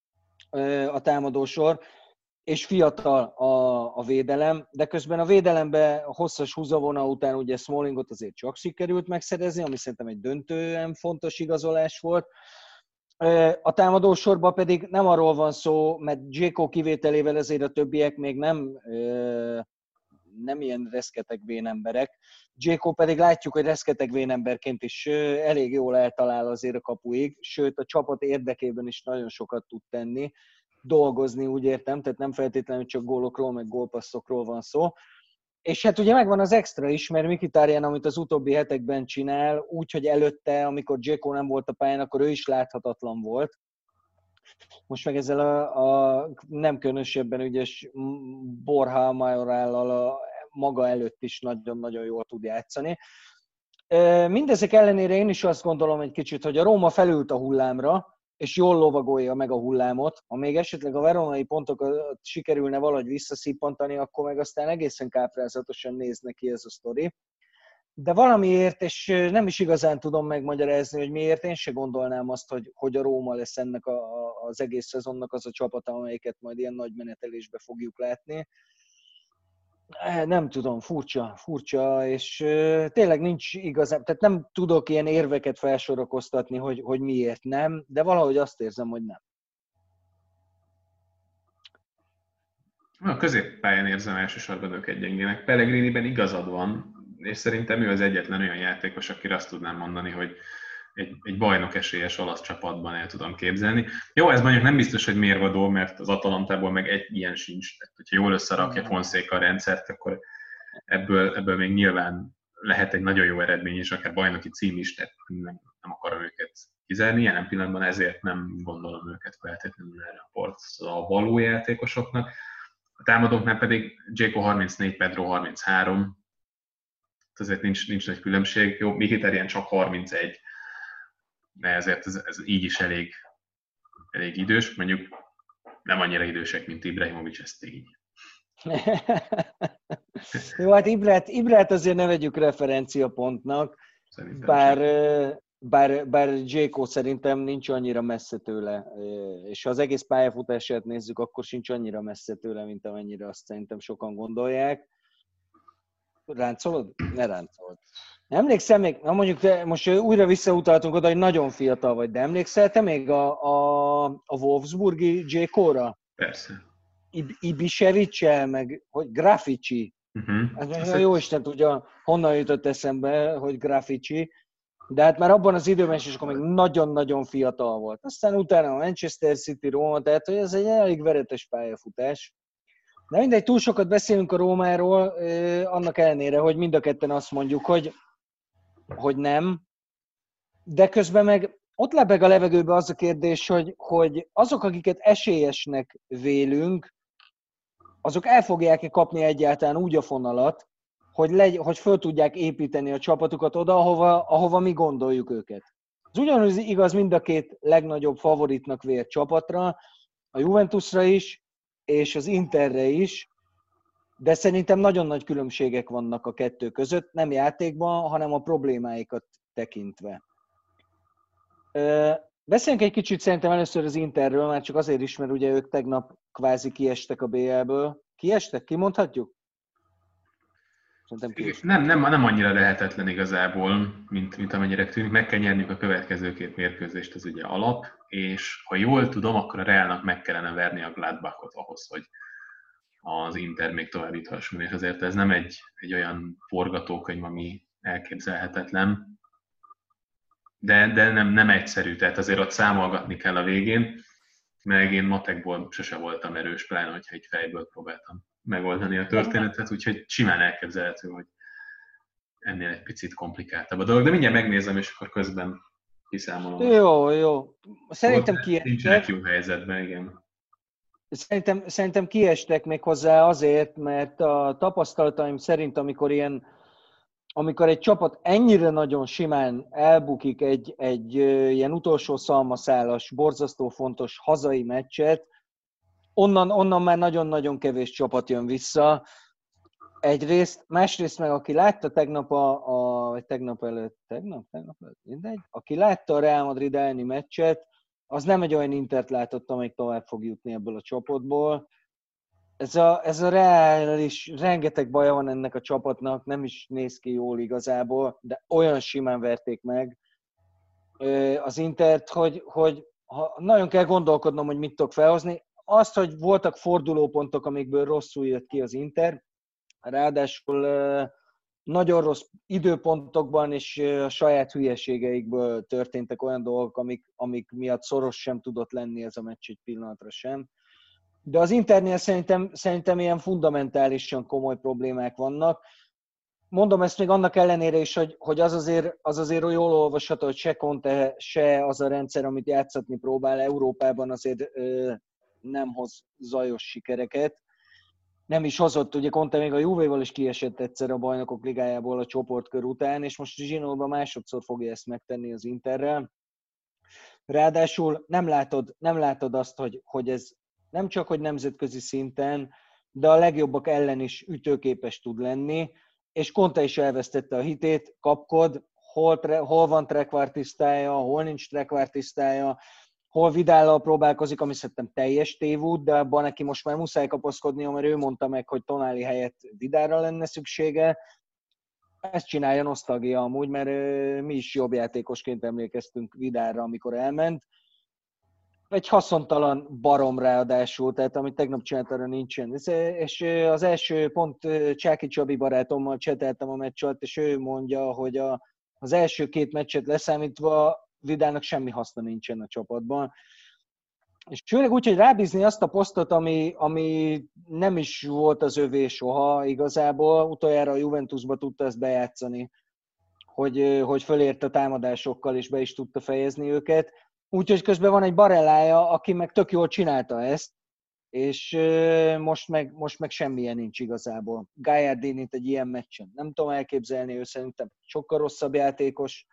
a támadósor, és fiatal a, a védelem, de közben a védelembe a hosszas húzavona után ugye Smallingot azért csak sikerült megszerezni, ami szerintem egy döntően fontos igazolás volt. A támadósorban pedig nem arról van szó, mert Dzeko kivételével ezért a többiek még nem, nem ilyen reszketeg vénemberek. Dzeko pedig látjuk, hogy reszketeg vénemberként is elég jól eltalál azért a kapuig, sőt a csapat érdekében is nagyon sokat tud tenni, dolgozni, úgy értem, tehát nem feltétlenül csak gólokról, meg gólpasszokról van szó. És hát ugye megvan az extra is, mert Mkhitaryan, amit az utóbbi hetekben csinál, úgy, hogy előtte, amikor Dzeko nem volt a pályán, akkor ő is láthatatlan volt. Most meg ezzel a, a nem különösebben ügyes Borja Majorállal a maga előtt is nagyon-nagyon jól tud játszani. Mindezek ellenére én is azt gondolom egy kicsit, hogy a Róma felült a hullámra, és jól lovagolja meg a hullámot. Ha még esetleg a veronai pontokat sikerülne valahogy visszaszippantani, akkor meg aztán egészen káprázatosan néz neki ez a sztori. De valamiért, és nem is igazán tudom megmagyarázni, hogy miért, én se gondolnám azt, hogy, hogy a Róma lesz ennek a, az egész szezonnak az a csapata, amelyiket majd ilyen nagy menetelésbe fogjuk látni. Nem tudom, furcsa, furcsa, és tényleg nincs igazán, tehát nem tudok ilyen érveket felsorakoztatni, hogy, hogy miért nem, de valahogy azt érzem, hogy nem. A középpályán érzem elsősorban őket gyengének. Pellegriniben igazad van, és szerintem ő az egyetlen olyan játékos, akire azt tudnám mondani, hogy egy, egy bajnok esélyes olasz csapatban el tudom képzelni. Jó, ez mondjuk nem biztos, hogy mérvadó, mert az Atalantából meg egy ilyen sincs. Tehát, hogyha jól összerakja Fonseca a rendszert, akkor ebből, ebből még nyilván lehet egy nagyon jó eredmény, és akár bajnoki cím is, tehát nem, nem akarom őket kizárni. Jelen pillanatban ezért nem gondolom őket feltétlenül erre a porcra a való játékosoknak. A támadóknál pedig Dzeko harmincnégy, Pedro harminchárom, ezért nincs, nincs nagy különbség. Jó, Mkhitaryan csak harmincegy, de ezért ez, ez így is elég, elég idős. Mondjuk nem annyira idősek, mint Ibrahimovic, ez tény. Jó, hát Ibrát, Ibrát azért ne vegyük referenciapontnak, bár, bár, bár Dzeko szerintem nincs annyira messze tőle, és ha az egész pályafutását nézzük, akkor sincs annyira messze tőle, mint amennyire azt szerintem sokan gondolják. Ráncolod? Ne ráncolod. Emlékszel még, na mondjuk te, most újra visszautaltunk oda, hogy nagyon fiatal vagy, de emlékszel te még a, a, a Wolfsburgi Dzeko-ra? Persze. Ibišević-el, meg hogy Grafici. Uh-huh. Hát, jó Isten tudja, honnan jutott eszembe, hogy Grafici. De hát már abban az időben is, akkor még nagyon-nagyon fiatal volt. Aztán utána a Manchester City, Róma, tehát hogy ez egy elég veretes pályafutás. De mindegy, túl sokat beszélünk a Rómáról, annak ellenére, hogy mind a ketten azt mondjuk, hogy, hogy nem. De közben meg ott lebeg a levegőbe az a kérdés, hogy, hogy azok, akiket esélyesnek vélünk, azok el fogják-e kapni egyáltalán úgy a fonalat, hogy, legy, hogy föl tudják építeni a csapatukat oda, ahova, ahova mi gondoljuk őket. Ez ugyanúgy igaz mind a két legnagyobb favoritnak vélt csapatra, a Juventusra is, és az Interre is, de szerintem nagyon nagy különbségek vannak a kettő között, nem játékban, hanem a problémáikat tekintve. Beszéljünk egy kicsit szerintem először az Interről, már csak azért is, mert ugye ők tegnap kvázi kiestek a bé el-ből. Kiestek? Kimondhatjuk? Nem, nem, nem annyira lehetetlen igazából, mint, mint amennyire tűnik. Meg kell nyerniük a következő két mérkőzést, az ugye alap, és ha jól tudom, akkor a Realnak meg kellene verni a Gladbachot ahhoz, hogy az Inter még tovább juthasson, és azért ez nem egy, egy olyan forgatókönyv, ami elképzelhetetlen, de, de nem, nem egyszerű, tehát azért ott számolgatni kell a végén, meg én matekból sose voltam erős, pláne, hogyha egy fejből próbáltam megoldani a történetet, úgyhogy simán elképzelhető, hogy ennél egy picit komplikáltabb a dolog. De mindjárt megnézem, és akkor közben kiszámolom. Jó, jó. Szerintem Nincsenek kiestek. jó helyzetben, igen. Szerintem, szerintem kiestek még hozzá azért, mert a tapasztalataim szerint, amikor ilyen amikor egy csapat ennyire nagyon simán elbukik egy, egy ilyen utolsó szalmaszálas, borzasztó fontos hazai meccset, onnan, onnan már nagyon-nagyon kevés csapat jön vissza. Egyrészt, másrészt meg aki látta tegnap a, a vagy tegnap előtt, tegnap, tegnap előtt, mindegy, aki látta a Real Madrid elleni meccset, az nem egy olyan Intert látott, amelyik tovább fog jutni ebből a csapatból. Ez a, ez a Real is, rengeteg baja van ennek a csapatnak, nem is néz ki jól igazából, de olyan simán verték meg az Intert, hogy, hogy ha nagyon kell gondolkodnom, hogy mit tudok felhozni. Azt, hogy voltak fordulópontok, amikből rosszul jött ki az Inter, ráadásul nagyon rossz időpontokban és a saját hülyeségeikből történtek olyan dolgok, amik, amik miatt szoros sem tudott lenni ez a meccs egy pillanatra sem. De az Internél szerintem, szerintem ilyen fundamentálisan komoly problémák vannak. Mondom ezt még annak ellenére is, hogy, hogy az, azért, az azért jól olvasható, hogy se Conte, se az a rendszer, amit játszatni próbál Európában azért ö, nem hoz zajos sikereket. Nem is hozott, ugye Conte még a Juvéval is kiesett egyszer a Bajnokok Ligájából a csoportkör után, és most Ginóban másodszor fogja ezt megtenni az Interrel. Ráadásul nem látod, nem látod azt, hogy, hogy ez nem csak, hogy nemzetközi szinten, de a legjobbak ellen is ütőképes tud lenni, és Conte is elvesztette a hitét, kapkod, hol, tre, hol van trekvártisztája, hol nincs trekvártisztája, hol Vidállal próbálkozik, ami szerintem teljes tévút, de abban neki most már muszáj kapaszkodnia, mert ő mondta meg, hogy Tonali helyett Vidálra lenne szüksége. Ezt csinálja nosztalgia amúgy, mert mi is jobb játékosként emlékeztünk Vidálra, amikor elment. Egy haszontalan barom ráadásul, tehát amit tegnap csinált, arra nincsen. És az első pont Csáki Csabi barátommal cseteltem a meccs alatt, és ő mondja, hogy a, az első két meccset leszámítva Vidának semmi haszna nincsen a csapatban. És főleg úgy, hogy rábízni azt a posztot, ami, ami nem is volt az övé soha igazából, utoljára a Juventusba tudta ezt bejátszani, hogy, hogy fölért a támadásokkal, és be is tudta fejezni őket. Úgyhogy közben van egy Barellája, aki meg tök jól csinálta ezt, és most meg, most meg semmilyen nincs igazából. Gagliardinit egy ilyen meccsen nem tudom elképzelni, ő szerintem sokkal rosszabb játékos,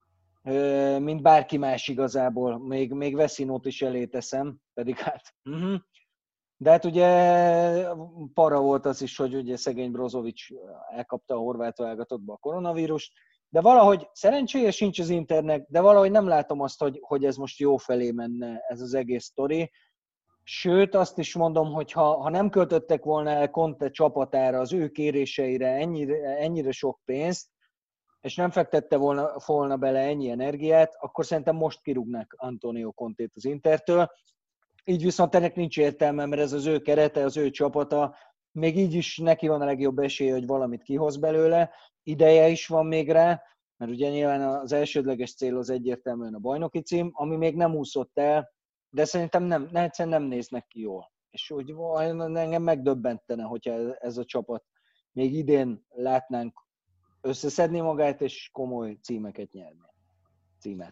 mint bárki más igazából. Még, még Veszinót is elé teszem, pedig hát... Uh-huh. De hát ugye para volt az is, hogy ugye szegény Brozovic elkapta a horvát válogatottba a koronavírust, de valahogy szerencséje sincs az Internek, de valahogy nem látom azt, hogy, hogy ez most jó felé menne ez az egész sztori. Sőt, azt is mondom, hogy ha, ha nem költöttek volna el Conte csapatára, az ő kéréseire ennyire, ennyire sok pénzt, és nem fektette volna, volna bele ennyi energiát, akkor szerintem most kirúgnák Antonio Contét az Intertől. Így viszont ennek nincs értelme, mert ez az ő kerete, az ő csapata, még így is neki van a legjobb esélye, hogy valamit kihoz belőle, ideje is van még rá, mert ugye nyilván az elsődleges cél az egyértelműen a bajnoki cím, ami még nem úszott el, de szerintem nem, egyszerűen nem néznek ki jól. És úgy engem megdöbbentene, hogyha ez a csapat még idén látnánk összeszedni magát, és komoly címeket nyerni. Címet.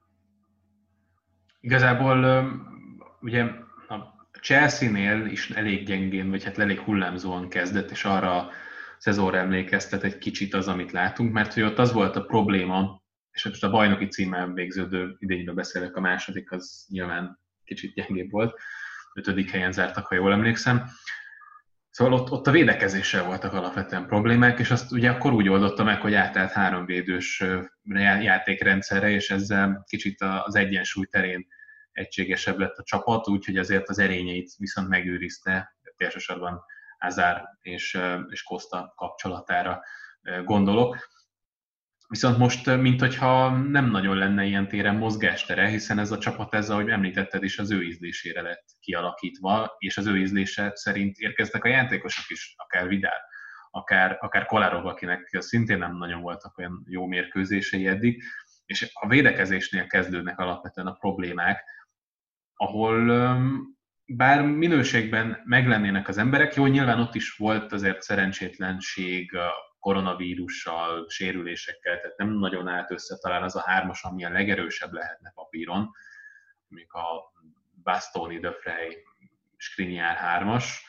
Igazából ugye a Chelsea-nél is elég gyengén, vagy hát elég hullámzóan kezdett, és arra a szezonra emlékeztet egy kicsit az, amit látunk, mert hogy ott az volt a probléma, és most a bajnoki címmel végződő idényben beszélek, a második az nyilván kicsit gyengébb volt, ötödik helyen zártak, ha jól emlékszem. Szóval ott, ott a védekezéssel voltak alapvetően problémák, és azt ugye akkor úgy oldotta meg, hogy átállt háromvédős játékrendszerre, és ezzel kicsit az egyensúly terén egységesebb lett a csapat, úgyhogy azért az erényeit viszont megőrizte, elsősorban Hazard és, és Costa kapcsolatára gondolok. Viszont most, minthogyha nem nagyon lenne ilyen téren mozgástere, hiszen ez a csapat, ez, ahogy említetted is, az ő ízlésére lett kialakítva, és az ő ízlése szerint érkeztek a játékosok is, akár Vidal, akár, akár Kolarov, akinek szintén nem nagyon voltak olyan jó mérkőzései eddig, és a védekezésnél kezdődnek alapvetően a problémák, ahol um, bár minőségben meglennének az emberek, jó, nyilván ott is volt azért szerencsétlenség a koronavírussal, sérülésekkel, tehát nem nagyon állt össze talán az a hármas, ami a legerősebb lehetne papíron, mondjuk a Bastoni, De Vrij, Skriniar hármas,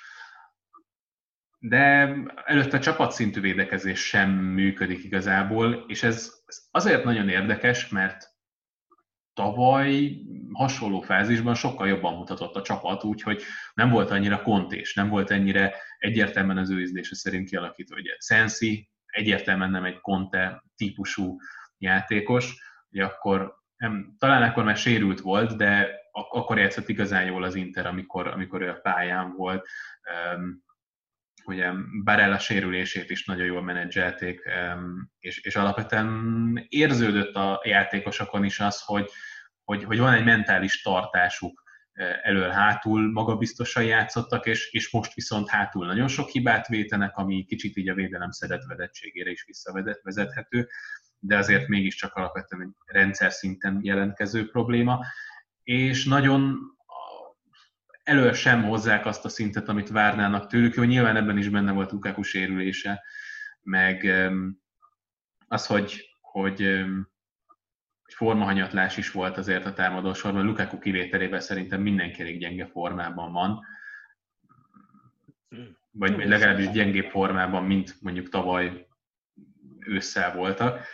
de előtte csapatszintű védekezés sem működik igazából, és ez azért nagyon érdekes, mert tavaly hasonló fázisban sokkal jobban mutatott a csapat, úgyhogy nem volt annyira kontés, nem volt ennyire egyértelműen az ő ízlése szerint kialakítva. Ugye Sensi egyértelműen nem egy Conte típusú játékos, ugye akkor nem, talán akkor már sérült volt, de ak- akkor játszott igazán jól az Inter, amikor, amikor ő a pályán volt. Um, ugye Barella sérülését is nagyon jól menedzselték, és, és alapvetően érződött a játékosokon is az, hogy, hogy, hogy van egy mentális tartásuk elől-hátul, magabiztosan játszottak, és, és most viszont hátul nagyon sok hibát vétenek, ami kicsit így a védelem szeretvedettségére is visszavezethető, de azért mégiscsak alapvetően egy rendszer szinten jelentkező probléma, és nagyon elől sem hozzák azt a szintet, amit várnának tőlük. Jó, nyilván ebben is benne volt Lukaku sérülése, meg az, hogy, hogy formahanyatlás is volt azért a támadósorban. Lukaku kivételével szerintem mindenki elég gyenge formában van, vagy, vagy legalábbis gyengébb formában, mint mondjuk tavaly ősszel voltak.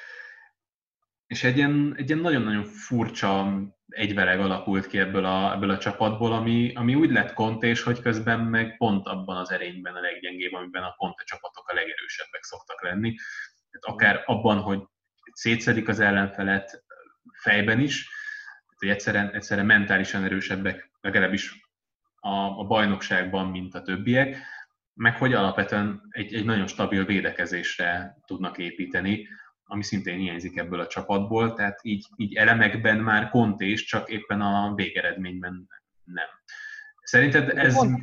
És egy ilyen, egy ilyen nagyon-nagyon furcsa egyveleg alakult ki ebből a, ebből a csapatból, ami, ami úgy lett kontés, hogy közben meg pont abban az erényben a leggyengébb, amiben a Conte csapatok a legerősebbek szoktak lenni. Tehát akár abban, hogy szétszedik az ellenfelet fejben is, hogy egyszerűen, egyszerűen mentálisan erősebbek, legalábbis a, a bajnokságban, mint a többiek, meg hogy alapvetően egy, egy nagyon stabil védekezésre tudnak építeni, ami szintén hiányzik ebből a csapatból, tehát így, így elemekben már kontés, csak éppen a végeredményben nem. Szerinted ez... Pont...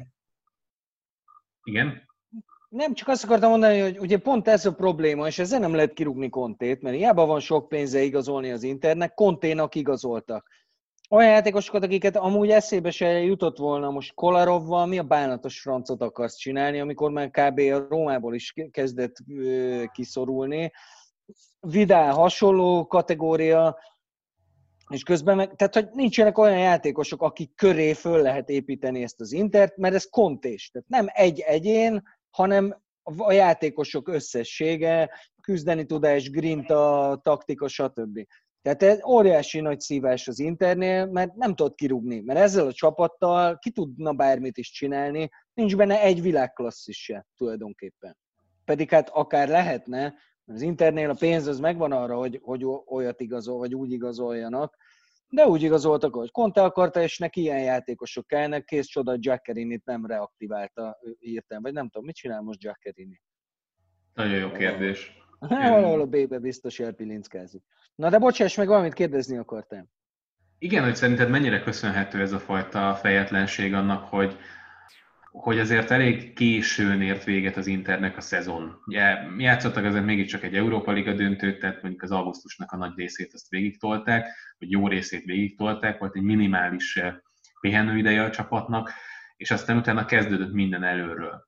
Igen? Nem, csak azt akartam mondani, hogy ugye pont ez a probléma, és ezzel nem lehet kirúgni Contét, mert hiába van sok pénze igazolni az Internek, Conténak igazoltak. Olyan játékosokat, akiket amúgy eszébe se jutott volna, most Kolarovval mi a bánatos francot akarsz csinálni, amikor már kb. A Rómából is kezdett kiszorulni. Vidal hasonló kategória, és közben meg, tehát hogy nincsenek olyan játékosok, akik köré föl lehet építeni ezt az Intert, mert ez kontés. Tehát nem egy egyén, hanem a játékosok összessége, küzdeni tudás, grinta, taktika, stb. Tehát ez óriási nagy szívás az Internél, mert nem tudod kirúgni, mert ezzel a csapattal ki tudna bármit is csinálni, nincs benne egy világklasszis se tulajdonképpen. Pedig hát akár lehetne, az Internél a pénz az megvan arra, hogy, hogy olyat igazol, vagy úgy igazoljanak, de úgy igazoltak, hogy Conte akarta, és neki ilyen játékosok kellnek, kész csoda, Giaccherinit nem reaktiválta írtam, vagy nem tudom, mit csinál most Giaccherini? Nagyon jó kérdés. Valahol a B-be biztos elpilinckázik. Na de bocsáss meg, valamit kérdezni akartam. Igen, hogy szerinted mennyire köszönhető ez a fajta fejetlenség annak, hogy hogy azért elég későn ért véget az Internek a szezon. Ugye játszottak azért mégiscsak egy Európa Liga döntőt, tehát mondjuk az augusztusnak a nagy részét azt végigtolták, vagy jó részét végigtolták, volt egy minimális pihenőideje a csapatnak, és aztán utána kezdődött minden előről.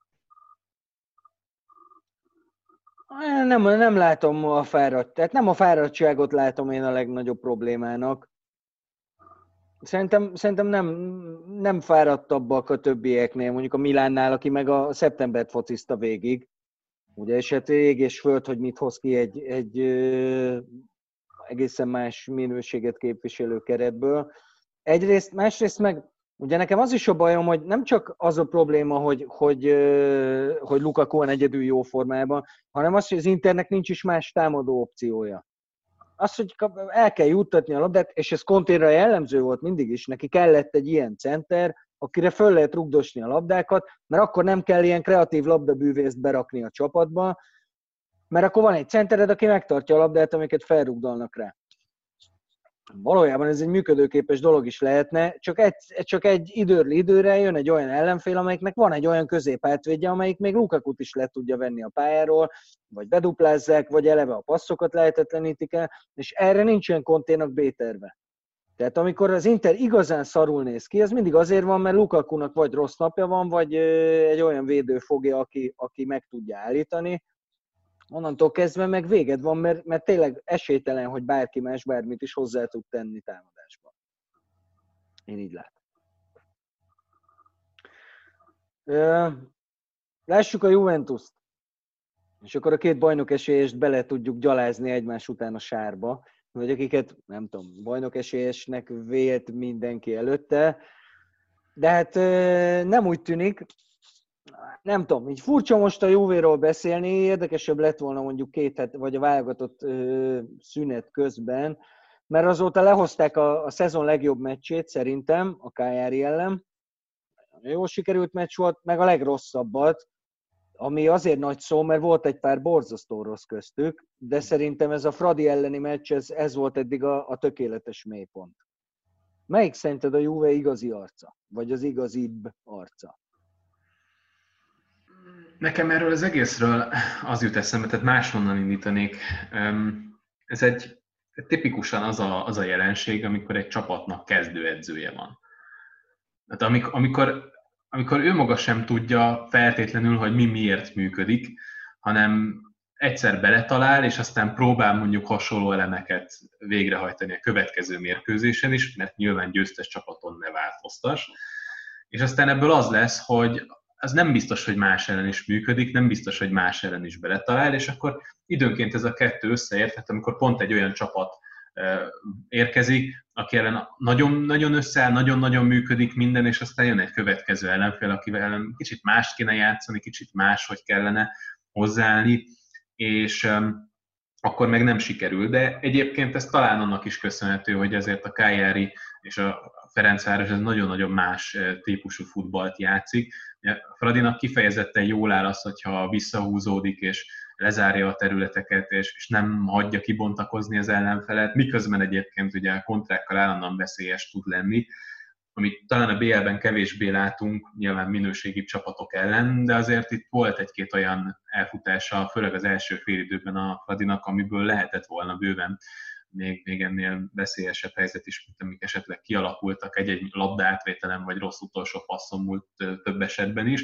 Nem, nem látom a fáradt, tehát nem a fáradtságot látom én a legnagyobb problémának. Szerintem, szerintem nem, nem fáradtabbak a többieknél, mondjuk a Milánnál, aki meg a szeptembert focizta végig. Ugye, és hát ég és föld, hogy mit hoz ki egy, egy ö, egészen más minőséget képviselő keretből. Egyrészt, másrészt meg, ugye nekem az is a bajom, hogy nem csak az a probléma, hogy, hogy, ö, hogy Lukaku van egyedül jó formában, hanem az, hogy az Internek nincs is más támadó opciója. Az, hogy el kell juttatni a labdát, és ez Contéra jellemző volt mindig is, neki kellett egy ilyen center, akire föl lehet rugdosni a labdákat, mert akkor nem kell ilyen kreatív labdabűvészt berakni a csapatba, mert akkor van egy centered, aki megtartja a labdát, amiket felrugdalnak rá. Valójában ez egy működőképes dolog is lehetne, csak egy, csak egy időről időre jön egy olyan ellenfél, amelyiknek van egy olyan középhátvédje, amelyik még Lukakut is le tudja venni a pályáról, vagy beduplázzák, vagy eleve a passzokat lehetetlenítik el, és erre nincsen Conténak B-terve. Tehát amikor az Inter igazán szarul néz ki, az mindig azért van, mert Lukakunak vagy rossz napja van, vagy egy olyan védő fogja, aki, aki meg tudja állítani. Onnantól kezdve meg véged van, mert, mert tényleg esélytelen, hogy bárki más bármit is hozzá tud tenni támadásba. Én így látom. Lássuk a Juventust. És akkor a két bajnok esélyest bele tudjuk gyalázni egymás után a sárba, vagy akiket, nem tudom, bajnok esélyesnek vélt mindenki előtte. De hát nem úgy tűnik, nem tudom, így furcsa most a Juvéról beszélni, érdekesebb lett volna mondjuk két het, vagy a válogatott szünet közben, mert azóta lehozták a, a szezon legjobb meccsét szerintem, a Cagliari ellen. Jól sikerült meccs volt, meg a legrosszabbat, ami azért nagy szó, mert volt egy pár borzasztó rossz köztük, de szerintem ez a Fradi elleni meccs, ez, ez volt eddig a, a tökéletes mélypont. Melyik szerinted a Juve igazi arca? Vagy az igazibb arca? Nekem erről az egészről az jut eszembe, tehát máshonnan indítanék. Ez egy tipikusan az a, az a jelenség, amikor egy csapatnak kezdőedzője van. Tehát amikor, amikor, amikor ő maga sem tudja feltétlenül, hogy mi miért működik, hanem egyszer beletalál, és aztán próbál mondjuk hasonló elemeket végrehajtani a következő mérkőzésen is, mert nyilván győztes csapaton ne változtass. És aztán ebből az lesz, hogy az nem biztos, hogy más ellen is működik, nem biztos, hogy más ellen is beletalál, és akkor időnként ez a kettő összeért, tehát amikor pont egy olyan csapat érkezik, aki ellen nagyon-nagyon összeáll, nagyon-nagyon működik minden, és aztán jön egy következő ellenfél, akivel kicsit mást kéne játszani, kicsit máshogy kellene hozzáállni, és um, akkor meg nem sikerül. De egyébként ez talán annak is köszönhető, hogy ezért a Cagliari és a Ferencváros ez nagyon-nagyon más típusú futballt játszik. A Fradinak kifejezetten jól áll az, hogyha visszahúzódik, és lezárja a területeket, és, és nem hagyja kibontakozni az ellenfelet, miközben egyébként ugye a kontrákkal állandóan veszélyes tud lenni, amit talán a bé el-ben kevésbé látunk, nyilván minőségi csapatok ellen, de azért itt volt egy-két olyan elfutása, főleg az első félidőben a Fradinak, amiből lehetett volna bőven még, még ennél veszélyesebb helyzet is, mint amik esetleg kialakultak egy-egy labda átvételen, vagy rossz utolsó passzon múlt több esetben is.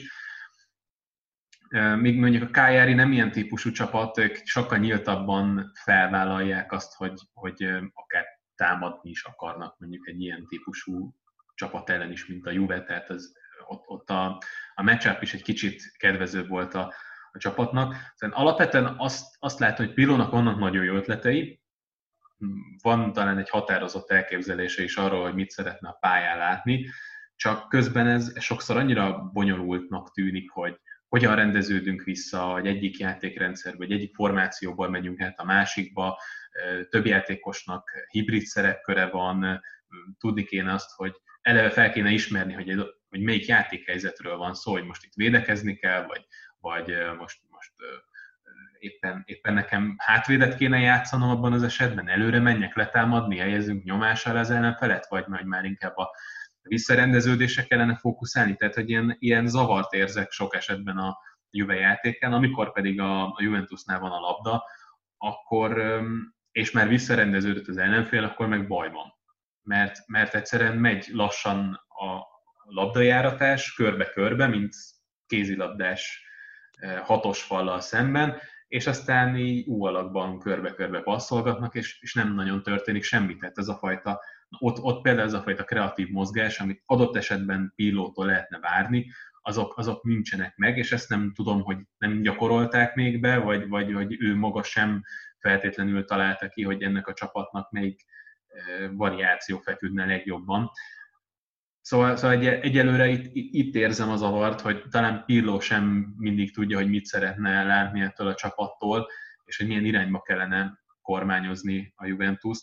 Míg mondjuk a Cagliari nem ilyen típusú csapat, ők sokkal nyíltabban felvállalják azt, hogy, hogy akár támadni is akarnak mondjuk egy ilyen típusú csapat ellen is, mint a Juve, tehát az, ott, ott a, a matchup is egy kicsit kedvezőbb volt a, a csapatnak. Szóval alapvetően azt, azt látom, hogy Pirlónak vannak nagyon jó ötletei, van talán egy határozott elképzelése is arról, hogy mit szeretne a pályán látni, csak közben ez sokszor annyira bonyolultnak tűnik, hogy hogyan rendeződünk vissza, hogy egyik játékrendszerbe, vagy egyik formációból megyünk át a másikba, több játékosnak hibrid szerepköre van, tudni kéne azt, hogy eleve fel kéne ismerni, hogy, hogy melyik játékhelyzetről van szó, hogy most itt védekezni kell, vagy, vagy most, most éppen, éppen nekem hátvédet kéne játszanom abban az esetben, előre menjek letámadni, helyezünk nyomással az ellenfelet, vagy majd már inkább a visszarendeződésre kellene fókuszálni, tehát hogy ilyen, ilyen zavart érzek sok esetben a Juve játékán, amikor pedig a, a Juventusnál van a labda, akkor, és már visszarendeződött az ellenfél, akkor meg baj van. Mert, mert egyszerűen megy lassan a labdajáratás körbe-körbe, mint kézilabdás hatos fallal szemben, és aztán így U alakban körbe-körbe passzolgatnak, és, és nem nagyon történik semmi. Tehát ez a fajta, ott, ott például ez a fajta kreatív mozgás, amit adott esetben Pirlótól lehetne várni, azok, azok nincsenek meg, és ezt nem tudom, hogy nem gyakorolták még be, vagy, vagy hogy ő maga sem feltétlenül találta ki, hogy ennek a csapatnak melyik variáció feküdne legjobban. Szóval, szóval egy, egyelőre itt, itt érzem az zavart, hogy talán Pirlo sem mindig tudja, hogy mit szeretne látni ettől a csapattól, és hogy milyen irányba kellene kormányozni a Juventust.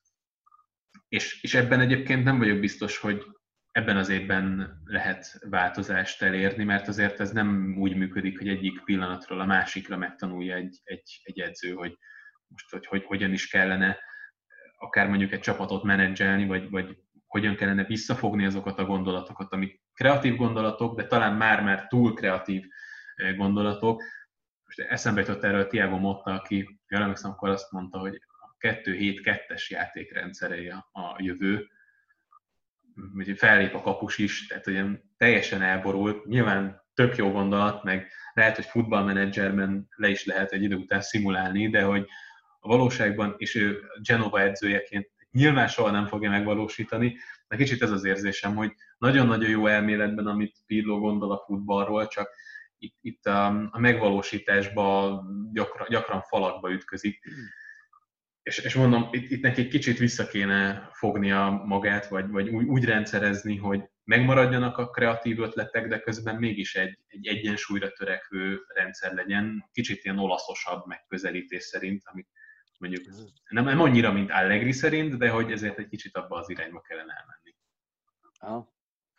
És, és ebben egyébként nem vagyok biztos, hogy ebben az évben lehet változást elérni, mert azért ez nem úgy működik, hogy egyik pillanatról a másikra megtanulja egy, egy, egy edző, hogy most hogy, hogy hogyan is kellene akár mondjuk egy csapatot menedzselni, vagy, vagy hogyan kellene visszafogni azokat a gondolatokat, amik kreatív gondolatok, de talán már-már túl kreatív gondolatok. Most eszembe jutott erről Thiago Motta, aki, jól emlékszem, akkor azt mondta, hogy kettő hét kettes játékrendszeré a, a jövő. Úgyhogy fellép a kapus is, tehát ugye teljesen elborult. Nyilván tök jó gondolat, meg lehet, hogy futballmenedzserben le is lehet egy idő után szimulálni, de hogy a valóságban, és ő Genova edzőjeként nyilván soha nem fogja megvalósítani, de kicsit ez az érzésem, hogy nagyon-nagyon jó elméletben, amit Pirlo gondol a futballról, csak itt, itt a, a megvalósításban gyakran, gyakran falakba ütközik. És, és mondom, itt, itt neki egy kicsit vissza kéne fognia magát, vagy, vagy úgy, úgy rendszerezni, hogy megmaradjanak a kreatív ötletek, de közben mégis egy, egy egyensúlyra törekvő rendszer legyen, kicsit ilyen olaszosabb megközelítés szerint, amit mondjuk nem, nem annyira, mint Allegri szerint, de hogy ezért egy kicsit abba az irányba kellene elmenni. Aha.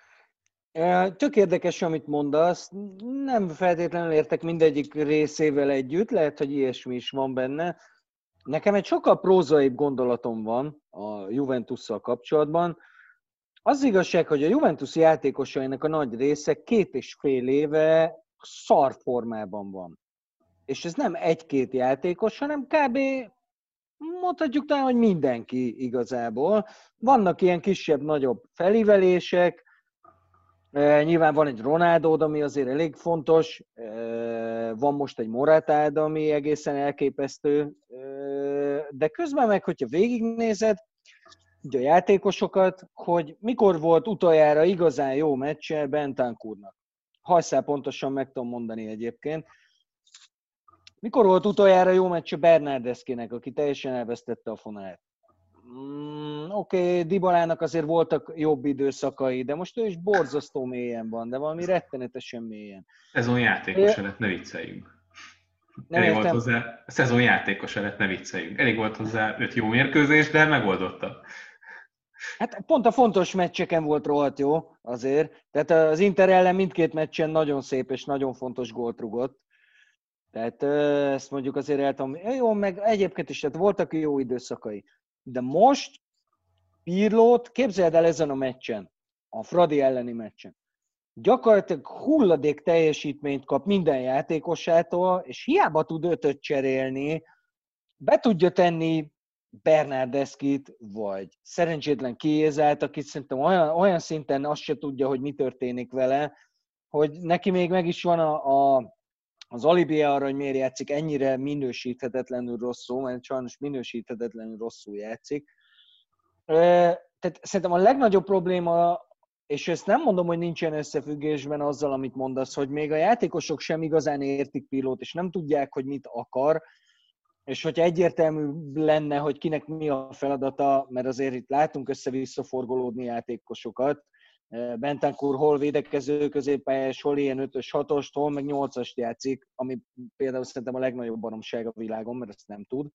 Tök érdekes, amit mondasz. Nem feltétlenül értek mindegyik részével együtt, lehet, hogy ilyesmi is van benne. Nekem egy sokkal prózaibb gondolatom van a Juventusszal kapcsolatban. Az igazság, hogy a Juventus játékosainak a nagy része két és fél éve szar formában van. És ez nem egy-két játékos, hanem kb. Mondhatjuk talán, hogy mindenki igazából. Vannak ilyen kisebb-nagyobb felívelések, e, nyilván van egy Ronaldód, ami azért elég fontos, e, van most egy Moratád, ami egészen elképesztő, e, de közben meg, hogyha végignézed ugye a játékosokat, hogy mikor volt utoljára igazán jó meccse Bentancurnak. Hajszál pontosan meg tudom mondani egyébként. Mikor volt utoljára jó meccse Bernardeschinek, aki teljesen elvesztette a fonát? Mm, Oké, okay, Dybalának azért voltak jobb időszakai, de most ő is borzasztó mélyen van, de valami rettenetesen mélyen. Szezon játékos lett, ne vicceljünk. Nem Elég értem. volt hozzá, a szezon játékos lett, ne vicceljünk. Elég volt hozzá öt jó mérkőzés, de megoldotta. Hát pont a fontos meccseken volt rohadt jó azért. Tehát az Inter ellen mindkét meccsen nagyon szép és nagyon fontos gólt rugott. Tehát ezt mondjuk azért el tudom. Jó, meg egyébként is, tehát voltak jó időszakai. De most Pirlót képzeld el ezen a meccsen, a Fradi elleni meccsen. Gyakorlatilag hulladék teljesítményt kap minden játékosától, és hiába tud ötöt cserélni, be tudja tenni Bernardeschit, vagy szerencsétlen Chiesát, aki szerintem olyan, olyan szinten azt se tudja, hogy mi történik vele, hogy neki még meg is van a, a, az alibia arra, hogy miért játszik ennyire minősíthetetlenül rosszul, mert sajnos minősíthetetlenül rosszul játszik. Tehát szerintem a legnagyobb probléma, és ezt nem mondom, hogy nincsen összefüggésben azzal, amit mondasz, hogy még a játékosok sem igazán értik Pirlót, és nem tudják, hogy mit akar, és hogyha egyértelmű lenne, hogy kinek mi a feladata, mert azért itt látunk össze-vissza forgolódni játékosokat, Bentancur hol védekező középpályás, hol ilyen ötös, hatost, hol meg nyolcast játszik, ami például szerintem a legnagyobb baromság a világon, mert ezt nem tud.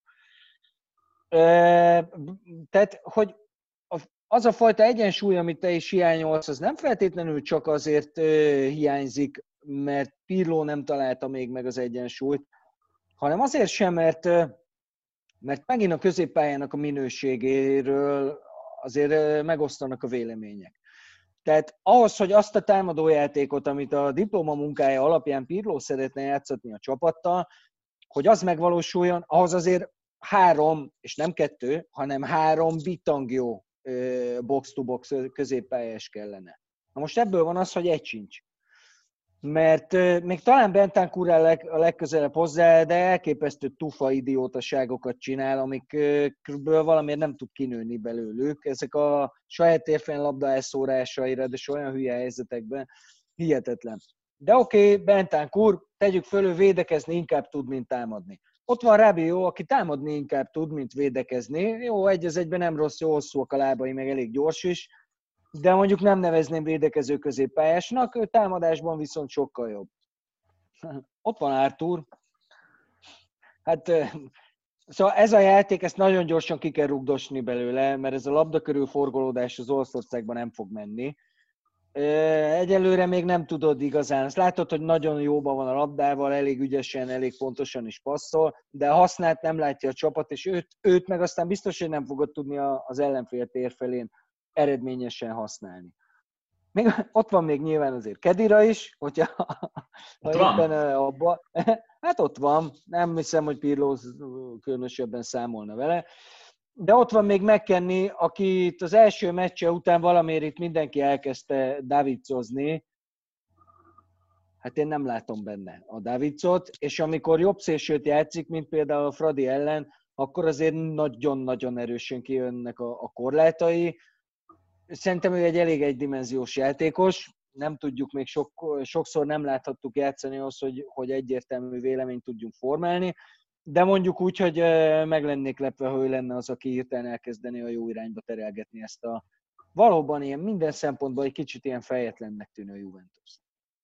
Tehát, hogy az a fajta egyensúly, amit te is hiányolsz, az nem feltétlenül csak azért hiányzik, mert Pirlo nem találta még meg az egyensúlyt, hanem azért sem, mert, mert megint a középpályának a minőségéről azért megosztanak a vélemények. Tehát ahhoz, hogy azt a támadójátékot, amit a diplomamunkája alapján Pirlo szeretne játszatni a csapattal, hogy az megvalósuljon, ahhoz azért három, és nem kettő, hanem három bitangjó box-to-box középpályás kellene. Na most ebből van az, hogy egy sincs. Mert még talán Bentancur a, leg, a legközelebb hozzá, de elképesztő tufa idiótaságokat csinál, amikből valamiért nem tud kinőni belőlük. Ezek a saját térfén labda elszórásaira, de olyan hülye helyzetekben hihetetlen. De oké, okay, Bentancur, tegyük föl, ő védekezni inkább tud, mint támadni. Ott van Rabiot, aki támadni inkább tud, mint védekezni. Jó, egy az egyben nem rossz, jó hosszúak a lábai, meg elég gyors is, de mondjuk nem nevezném védekező középpályásnak, ő támadásban viszont sokkal jobb. Ott van Arthur. Hát, szóval ez a játék, ezt nagyon gyorsan ki kell rugdosni belőle, mert ez a labda körül forgolódás az Olaszországban nem fog menni. Egyelőre még nem tudod igazán. Azt látod, hogy nagyon jóban van a labdával, elég ügyesen, elég pontosan is passzol, de a hasznát nem látja a csapat, és őt, őt meg aztán biztos, hogy nem fogod tudni az ellenfél tér felén eredményesen használni. Még, ott van még nyilván azért Kedira is, hogyha Ott ha van? éppen abba, hát ott van, nem hiszem, hogy Pirlo különösebben számolna vele, de ott van még McKennie, akit az első meccse után valamiért itt mindenki elkezdte davidsozni. Hát én nem látom benne a Davidsot, és amikor jobb szélsőt játszik, mint például a Fradi ellen, akkor azért nagyon-nagyon erősen kijönnek a, a korlátai. Szerintem ő egy elég egydimenziós játékos, nem tudjuk még sok, sokszor nem láthattuk játszani ahhoz, hogy, hogy egyértelmű véleményt tudjunk formálni, de mondjuk úgy, hogy meg lennék lepve, ha ő lenne az, aki hirtelen elkezdeni a jó irányba terelgetni ezt a valóban ilyen minden szempontból egy kicsit ilyen fejetlennek tűnő Juventus.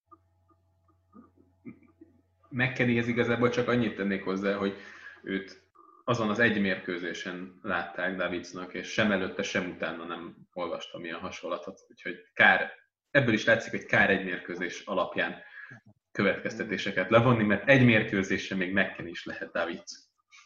McKenniehez igazából csak annyit tennék hozzá, hogy őt azon az egy mérkőzésen látták Davidsnak, és sem előtte, sem utána nem olvastam ilyen hasonlatot, úgyhogy kár, ebből is látszik, hogy kár egy mérkőzés alapján következtetéseket levonni, mert egy mérkőzésen még McKennie is lehet Davids.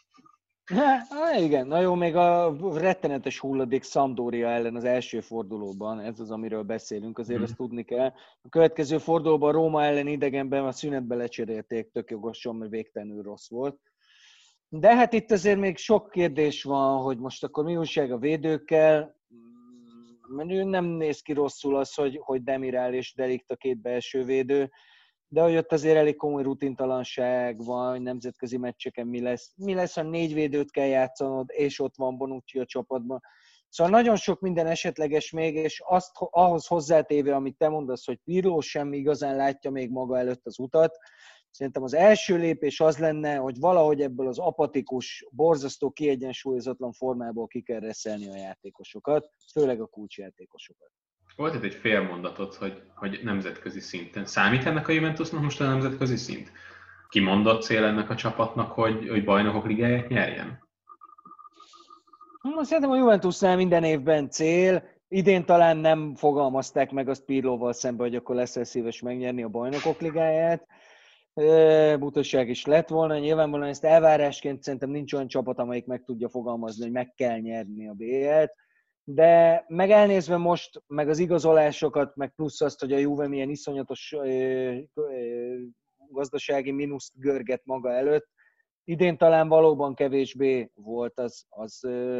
Há, igen, na jó, még a rettenetes hulladék Sampdoria ellen az első fordulóban, ez az, amiről beszélünk, azért mm. azt tudni kell. A következő fordulóban Róma ellen idegenben a szünetbe lecserélték, tök jogosan, mert végtelenül rossz volt. De hát itt azért még sok kérdés van, hogy most akkor mi újság a védőkkel, mert nem néz ki rosszul az, hogy, hogy Demiral és De Ligt a két belső védő, de hogy ott azért elég komoly rutintalanság van, hogy nemzetközi meccseken mi lesz. Mi lesz, ha négy védőt kell játszanod, és ott van Bonucci a csapatban. Szóval nagyon sok minden esetleges még, és azt ahhoz hozzátéve, amit te mondasz, hogy Pirlo sem igazán látja még maga előtt az utat. Szerintem az első lépés az lenne, hogy valahogy ebből az apatikus, borzasztó kiegyensúlyozatlan formából ki kell reszelni a játékosokat, főleg a kulcsjátékosokat. Volt itt egy fél mondatot, hogy, hogy nemzetközi szinten. Számít ennek a Juventusnak most a nemzetközi szint? Kimondott cél ennek a csapatnak, hogy, hogy bajnokok ligáját nyerjen? Szerintem a Juventusnál minden évben cél. Idén talán nem fogalmazták meg azt Pirlóval szemben, hogy akkor lesz szíves megnyerni a bajnokok ligáját. Butaság is lett volna. Nyilvánvalóan ezt elvárásként szerintem nincs olyan csapat, amelyik meg tudja fogalmazni, hogy meg kell nyerni a bé el-t. De meg elnézve most, meg az igazolásokat, meg plusz azt, hogy a Juve milyen iszonyatos ö, ö, gazdasági mínuszt görget maga előtt, idén talán valóban kevésbé volt az, az ö,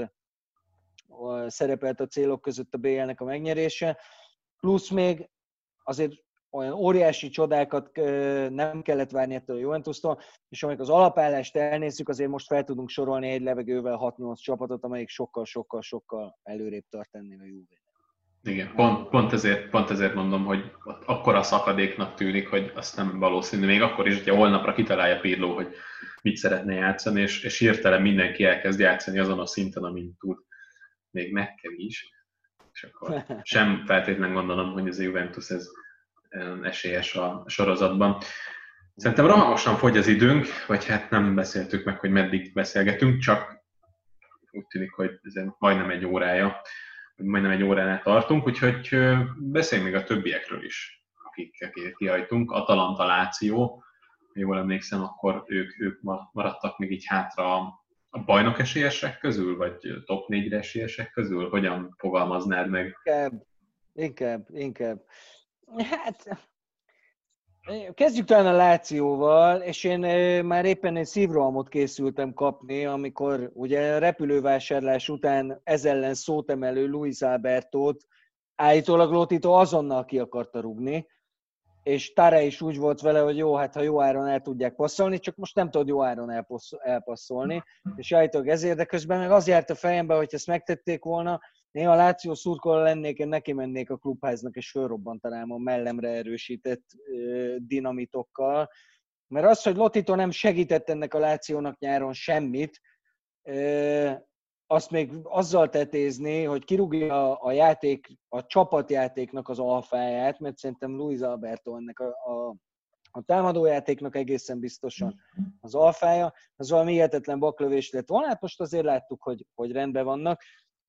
szerepelt a célok között a bé el-nek a megnyerése. Plusz még azért olyan óriási csodákat nem kellett várni ettől a Juventustól, és amikor az alapállást elnézzük, azért most fel tudunk sorolni egy levegővel hat-nyolc csapatot, amelyik sokkal-sokkal-sokkal előrébb tart ennél a Juve. Igen, pont, pont, ezért, pont ezért mondom, hogy akkora szakadéknak tűnik, hogy azt nem valószínű. Még akkor is, hogyha holnapra kitalálja Pirlo, hogy mit szeretne játszani, és, és hirtelen mindenki elkezd játszani azon a szinten, amin tud. Még McKennie is. És akkor sem feltétlenül gondolom, hogy ez a Juventus ez esélyes a sorozatban. Szerintem rohamosan fogy az időnk, vagy hát nem beszéltük meg, hogy meddig beszélgetünk, csak úgy tűnik, hogy ez majdnem egy órája, hogy majdnem egy óránál tartunk, úgyhogy beszéljünk még a többiekről is, akikkel kihajtunk. Atalanta, Láció, ha jól emlékszem, akkor ők, ők maradtak még így hátra a bajnok esélyesek közül, vagy top négyre esélyesek közül? Hogyan fogalmaznád meg? Inkább, inkább, inkább. Hát, kezdjük talán a Lációval, és én már éppen egy szívrohamot készültem kapni, amikor ugye a repülővásárlás után ez ellen szót emelő Luis Albertót állítólag Lotito azonnal ki akarta rúgni, és Tare is úgy volt vele, hogy jó, hát ha jó áron el tudják passzolni, csak most nem tudod jó áron elpasszolni, és állítólag ezért, de közben meg az járt a fejembe, hogy ezt megtették volna, én a Láció szurkoló lennék, én neki mennék a klubháznak, és fölrobbantanám a mellemre erősített ö, dinamitokkal. Mert az, hogy Lotito nem segített ennek a Lációnak nyáron semmit, ö, azt még azzal tetézni, hogy kirúgja a, a játék, a csapatjátéknak az alfáját, mert szerintem Luis Alberto ennek a, a, a támadójátéknak egészen biztosan az alfája, az valami hihetetlen baklövés lett volna, hát most azért láttuk, hogy, hogy rendben vannak.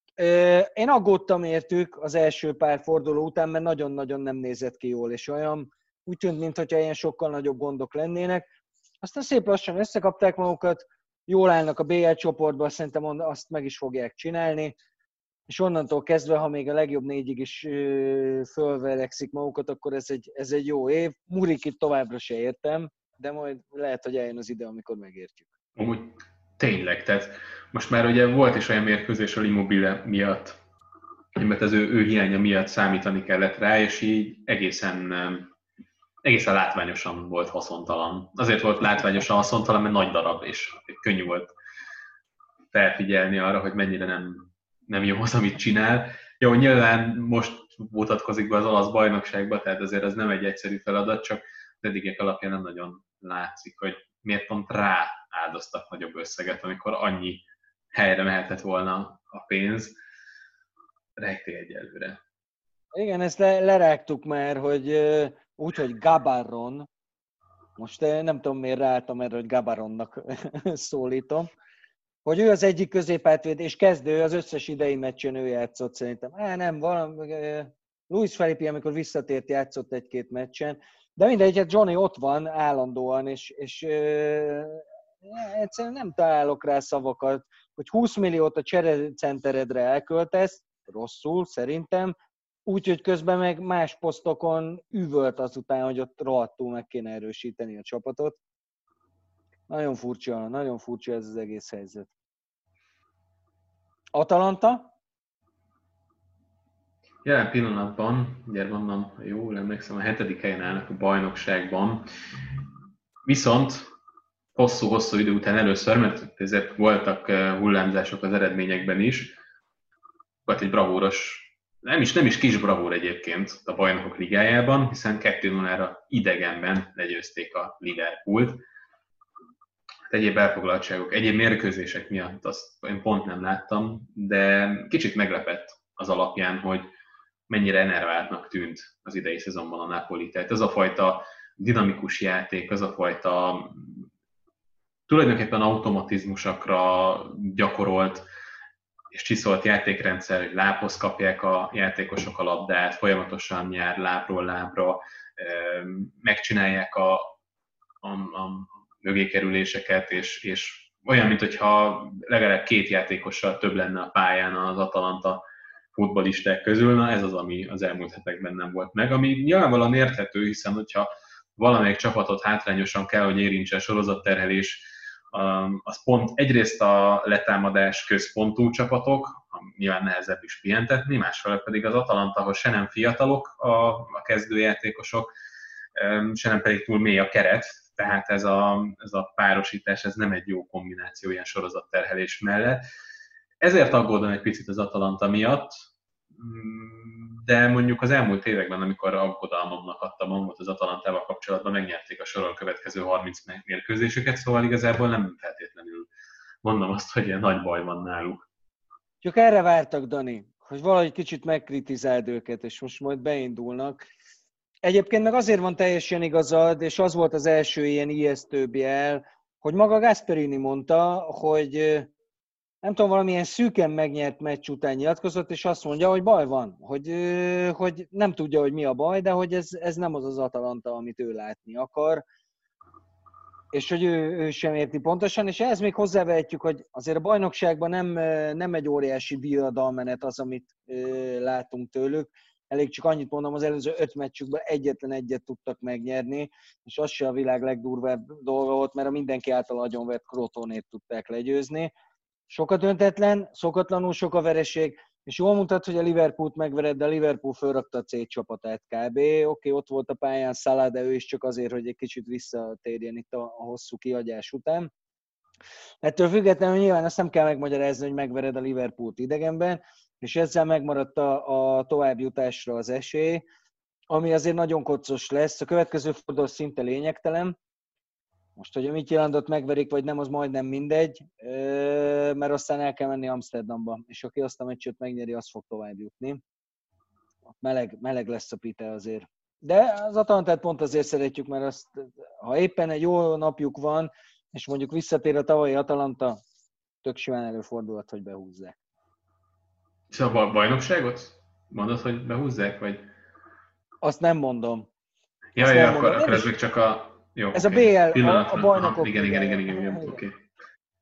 Én aggódtam értük az első pár forduló után, mert nagyon-nagyon nem nézett ki jól, és olyan úgy tűnt, mintha ilyen sokkal nagyobb gondok lennének. Aztán szép lassan összekapták magukat, jól állnak a bé el csoportban, szerintem azt meg is fogják csinálni. és onnantól kezdve, ha még a legjobb négyig is fölverekszik magukat, akkor ez egy, ez egy jó év. Murikit továbbra se értem, de majd lehet, hogy eljön az ide, amikor megértjük. Amúgy tényleg, tehát most már ugye volt is olyan mérkőzés a Immobile miatt, mert az ő, ő hiánya miatt számítani kellett rá, és így egészen, egészen látványosan volt haszontalan. Azért volt látványosan haszontalan, mert nagy darab, és könnyű volt felfigyelni arra, hogy mennyire nem, nem jó az, amit csinál. Jó, nyilván most mutatkozik be az olasz bajnokságba, tehát azért ez nem egy egyszerű feladat, csak az eddigiek alapján nem nagyon látszik, hogy miért pont rá áldoztak nagyobb összeget, amikor annyi helyre mehetett volna a pénz. Rejtély egyelőre. Igen, ezt le, lerágtuk már, hogy úgy, hogy Gabaron, most nem tudom miért ráálltam erre, hogy Gabaronnak szólítom, hogy ő az egyik középátvéd, és kezdő, az összes idei meccsen ő játszott szerintem. Á, nem, valami, Luis Felipe, amikor visszatért, játszott egy-két meccsen, de mindegy, hát Johnny ott van állandóan, és, és ö, egyszerűen nem találok rá szavakat, hogy húsz milliót a cserecenteredre elköltesz, rosszul szerintem, úgyhogy közben meg más posztokon üvölt azután, hogy ott rohadtul meg kéne erősíteni a csapatot. Nagyon furcsa, nagyon furcsa ez az egész helyzet. Atalanta? Jelen pillanatban, ugye mondom, jól emlékszem, a hetedik helyen állnak a bajnokságban. Viszont hosszú-hosszú idő után először, mert ezért voltak hullámzások az eredményekben is, volt egy bravúros, nem is, nem is kis bravúr egyébként a Bajnokok Ligájában, hiszen kettő null-ra idegenben legyőzték a Liverpoolt. Egyéb elfoglaltságok, egyéb mérkőzések miatt azt én pont nem láttam, de kicsit meglepett az alapján, hogy mennyire enerváltnak tűnt az idei szezonban a Napoli. Tehát ez a fajta dinamikus játék, az a fajta tulajdonképpen automatizmusokra gyakorolt és csiszolt játékrendszer, hogy lábhoz kapják a játékosok a labdát, folyamatosan jár lábról lábra, megcsinálják a, a, a mögékerüléseket, és, és olyan, mintha legalább két játékossal több lenne a pályán az Atalanta futballisták közül. Na ez az, ami az elmúlt hetekben nem volt meg, ami nyilvánvalóan érthető, hiszen hogyha valamelyik csapatot hátrányosan kell, hogy érintsen sorozatterhelés, az pont egyrészt a letámadás központú csapatok, nyilván nehezebb is pihentetni, másfelől pedig az Atalanta, ahol se nem fiatalok a, a kezdőjátékosok, se nem pedig túl mély a keret, tehát ez a, ez a párosítás ez nem egy jó kombináció ilyen sorozatterhelés mellett. Ezért aggódom egy picit az Atalanta miatt, de mondjuk az elmúlt években, amikor aggodalmamnak adtam hangot az Atalantával kapcsolatban, megnyerték a soron következő harminc mérkőzéseket, szóval igazából nem feltétlenül mondom azt, hogy ilyen nagy baj van náluk. Csak erre vártak, Dani, hogy valahogy kicsit megkritizáld őket, és most majd beindulnak. Egyébként meg azért van teljesen igazad, és az volt az első ilyen ijesztőbb jel, hogy maga Gasperini mondta, hogy nem tudom, valamilyen szűken megnyert meccs után nyilatkozott, és azt mondja, hogy baj van, hogy, hogy nem tudja, hogy mi a baj, de hogy ez, ez nem az az Atalanta, amit ő látni akar, és hogy ő, ő sem érti pontosan, és ehhez még hozzávehetjük, hogy azért a bajnokságban nem, nem egy óriási diadalmenet az, amit látunk tőlük. Elég csak annyit mondom, az előző öt meccsükben egyetlen egyet tudtak megnyerni, és az se a világ legdurvább dolga volt, mert a mindenki által agyonvert Crotonét tudták legyőzni. Sokat öntetlen, szokatlanul sok a vereség, és jól mutat, hogy a Liverpoolt megvered, de a Liverpool fölrakta a C csapatát kb. Oké, okay, ott volt a pályán Salah, de ő is csak azért, hogy egy kicsit visszatérjen itt a, a hosszú kihagyás után. Ettől függetlenül nyilván azt nem kell megmagyarázni, hogy megvered a Liverpoolt idegenben, és ezzel megmaradt a, a továbbjutásra az esély, ami azért nagyon koccos lesz. A következő forduló szinte lényegtelen. Most, hogy a Midtjyllandot megverik, vagy nem, az majdnem mindegy, mert aztán el kell menni Amsterdamba, és aki azt a meccset megnyeri, az fog tovább jutni. Meleg, meleg lesz a pite azért. De az Atalantát pont azért szeretjük, mert azt, ha éppen egy jó napjuk van, és mondjuk visszatér a tavalyi Atalanta, tök simán előfordulhat, hogy behúzzák. És a bajnokságot? Mondod, hogy behúzzák, vagy? Azt nem mondom. Ja, ja, akkor, akkor ez még csak a... Jó, ez okay. a bé el, a, a bajnokok. Ah, igen, igen, igen, igen, igen, oké. Okay.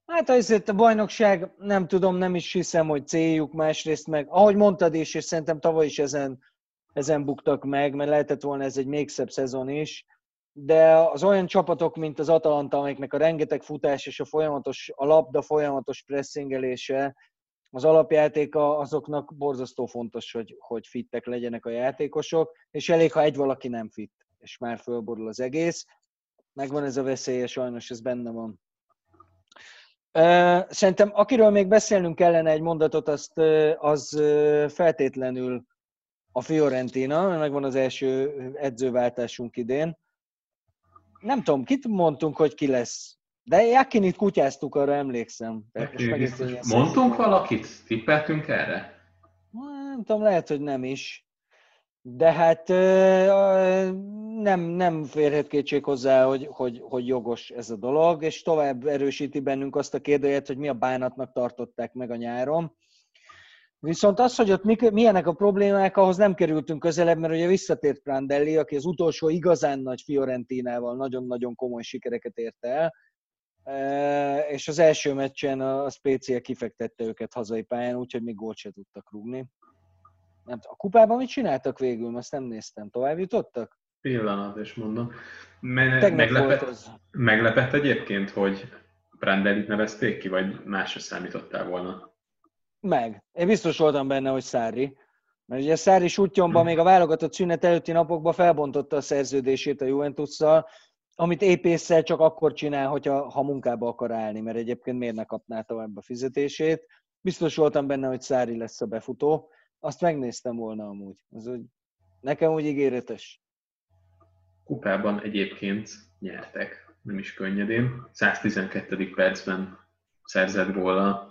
Hát azért a bajnokság, nem tudom, nem is hiszem, hogy céljuk, másrészt meg, ahogy mondtad is, és szerintem tavaly is ezen, ezen buktak meg, mert lehetett volna ez egy még szebb szezon is, de az olyan csapatok, mint az Atalanta, amelyeknek a rengeteg futás és a folyamatos, a labda folyamatos pressingelése, az alapjátéka, azoknak borzasztó fontos, hogy, hogy fittek legyenek a játékosok, és elég, ha egy valaki nem fit, és már fölborul az egész. Megvan ez a veszélye, sajnos ez benne van. Szerintem, akiről még beszélnünk kellene egy mondatot, azt, az feltétlenül a Fiorentina, mert megvan az első edzőváltásunk idén. Nem tudom, kit mondtunk, hogy ki lesz. De Jakinit kutyáztuk, arra emlékszem. Mondtunk valakit? Tippeltünk erre? Nem tudom, lehet, hogy nem is. De hát nem, nem férhet kétség hozzá, hogy, hogy, hogy jogos ez a dolog, és tovább erősíti bennünk azt a kérdőjet, hogy mi a bánatnak tartották meg a nyáron. Viszont az, hogy ott milyenek a problémák, ahhoz nem kerültünk közelebb, mert ugye visszatért Prandelli, aki az utolsó igazán nagy Fiorentinával nagyon-nagyon komoly sikereket ért el, és az első meccsen a Spezia kifektette őket hazai pályán, úgyhogy még gólt se tudtak rúgni. Nem, a kupában mit csináltak végül? Azt nem néztem. Tovább jutottak? Pillanat, és mondom. Me- meglepett, meglepett egyébként, hogy Prandellit nevezték ki, vagy másra számítottál volna? Meg. Én biztos voltam benne, hogy Sarri. Mert ugye Sarri Sutyomban hmm. még a válogatott szünet előtti napokban felbontotta a szerződését a Juventusszal, amit épésszel csak akkor csinál, hogyha, ha munkába akar állni, mert egyébként miért ne kapná tovább a fizetését. Biztos voltam benne, hogy Sarri lesz a befutó. Azt megnéztem volna amúgy. Az, hogy nekem úgy ígéretes. Kupában egyébként nyertek, nem is könnyedén. száztizenkettedik percben szerzett góllal.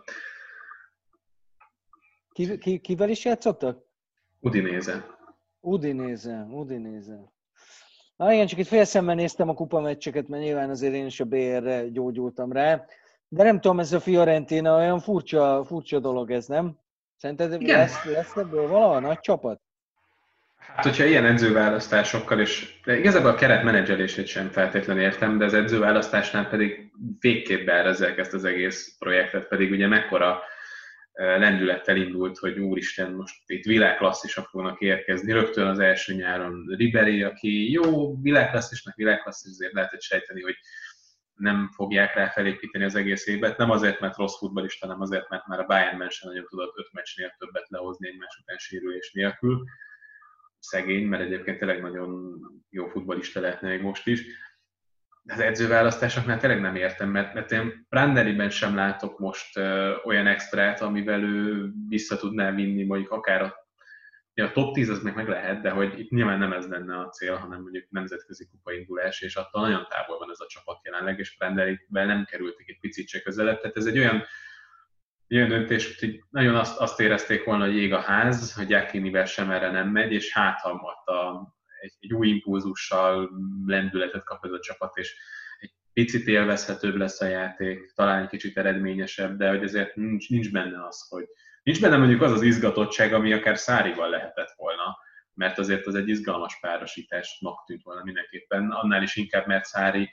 Ki, ki, kivel is játszottak? Udinéze. Udinéze, Udinéze. Na igen, csak itt félszemmel néztem a kupameccseket, mert nyilván azért én is a bé er-re gyógyultam rá. De nem tudom, ez a Fiorentina olyan furcsa, furcsa dolog ez, nem? Szerinted lesz, lesz ebből valaha nagy csapat? Hát, hogyha ilyen edzőválasztásokkal, és igazából a keret menedzselését sem feltétlenül értem, de az edzőválasztásnál pedig végképp beárazzák ezt az egész projektet, pedig ugye mekkora lendülettel indult, hogy úristen, most itt világklasszisok fognak érkezni. Rögtön az első nyáron Ribéry, aki jó, világklasszisnak világklasszis, azért lehetett sejteni, hogy nem fogják rá felépíteni az egész évet. Nem azért, mert rossz futballista, hanem azért, mert már a Bayernben sem nagyon tudott öt meccsnél többet lehozni egymás után sérülés nélkül. Szegény, mert egyébként tényleg nagyon jó futballista lehetne még most is. De az edzőválasztásoknál tényleg nem értem, mert, mert én Prandelliben sem látok most uh, olyan extrát, amivel ő vissza tudná vinni mondjuk akár a, a top tíz, az meg meg lehet, de hogy itt nyilván nem ez lenne a cél, hanem mondjuk nemzetközi kupaindulás, és attól nagyon távol van ez a csapat jelenleg, és Prandellivel nem kerültek egy picit se közelebb. Tehát ez egy olyan Ilyen döntés, hogy nagyon azt, azt érezték volna, hogy ég a ház, hogy Giacchinivel sem erre nem megy, és hát ha a, egy, egy új impulzussal lendületet kap ez a csapat, és egy picit élvezhetőbb lesz a játék, talán egy kicsit eredményesebb, de hogy ezért nincs, nincs benne az, hogy nincs benne mondjuk az az izgatottság, ami akár Sarrival lehetett volna, mert azért az egy izgalmas párosításnak tűnt volna mindenképpen, annál is inkább, mert Sarri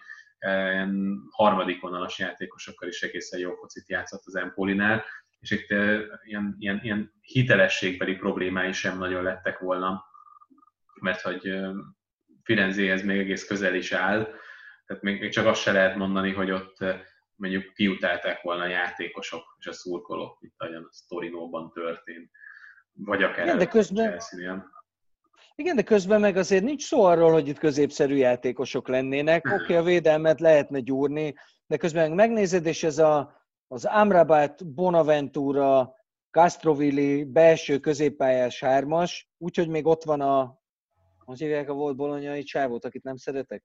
harmadik vonalas játékosokkal is egészen jó focit játszott az Empolinál, és itt ilyen, ilyen, ilyen hitelességbeli problémái sem nagyon lettek volna, mert hogy Firenzéhez még egész közel is áll, tehát még, még csak azt se lehet mondani, hogy ott mondjuk kiutálták volna a játékosok és a szurkolók, mint ahogyan a Torinóban történt, vagy akár igen, de közben... Chelsea-nél. Igen, de közben meg azért nincs szó arról, hogy itt középszerű játékosok lennének. Oké, okay, a védelmet lehetne gyúrni, de közben megnézed, és ez a, az Amrabat, Bonaventura, Castrovilli belső középpályás hármas, úgyhogy még ott van a, hogy hívják a volt bolonyai csávót, akit nem szeretek?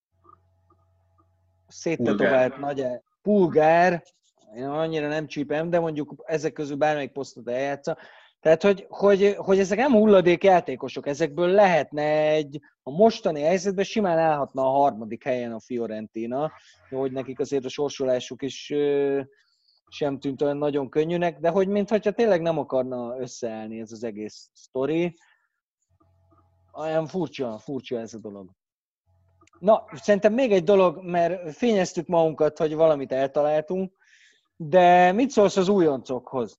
Széttetovált nagy Pulgár, én annyira nem csípem, de mondjuk ezek közül bármelyik posztot eljátsza. Tehát, hogy, hogy, hogy ezek nem hulladék játékosok, ezekből lehetne egy, a mostani helyzetben simán állhatna a harmadik helyen a Fiorentina, hogy nekik azért a sorsolásuk is ö, sem tűnt olyan nagyon könnyűnek, de hogy mintha tényleg nem akarna összeállni ez az egész sztori. Olyan furcsa, furcsa ez a dolog. Na, szerintem még egy dolog, mert fényeztük magunkat, hogy valamit eltaláltunk, De mit szólsz az újoncokhoz?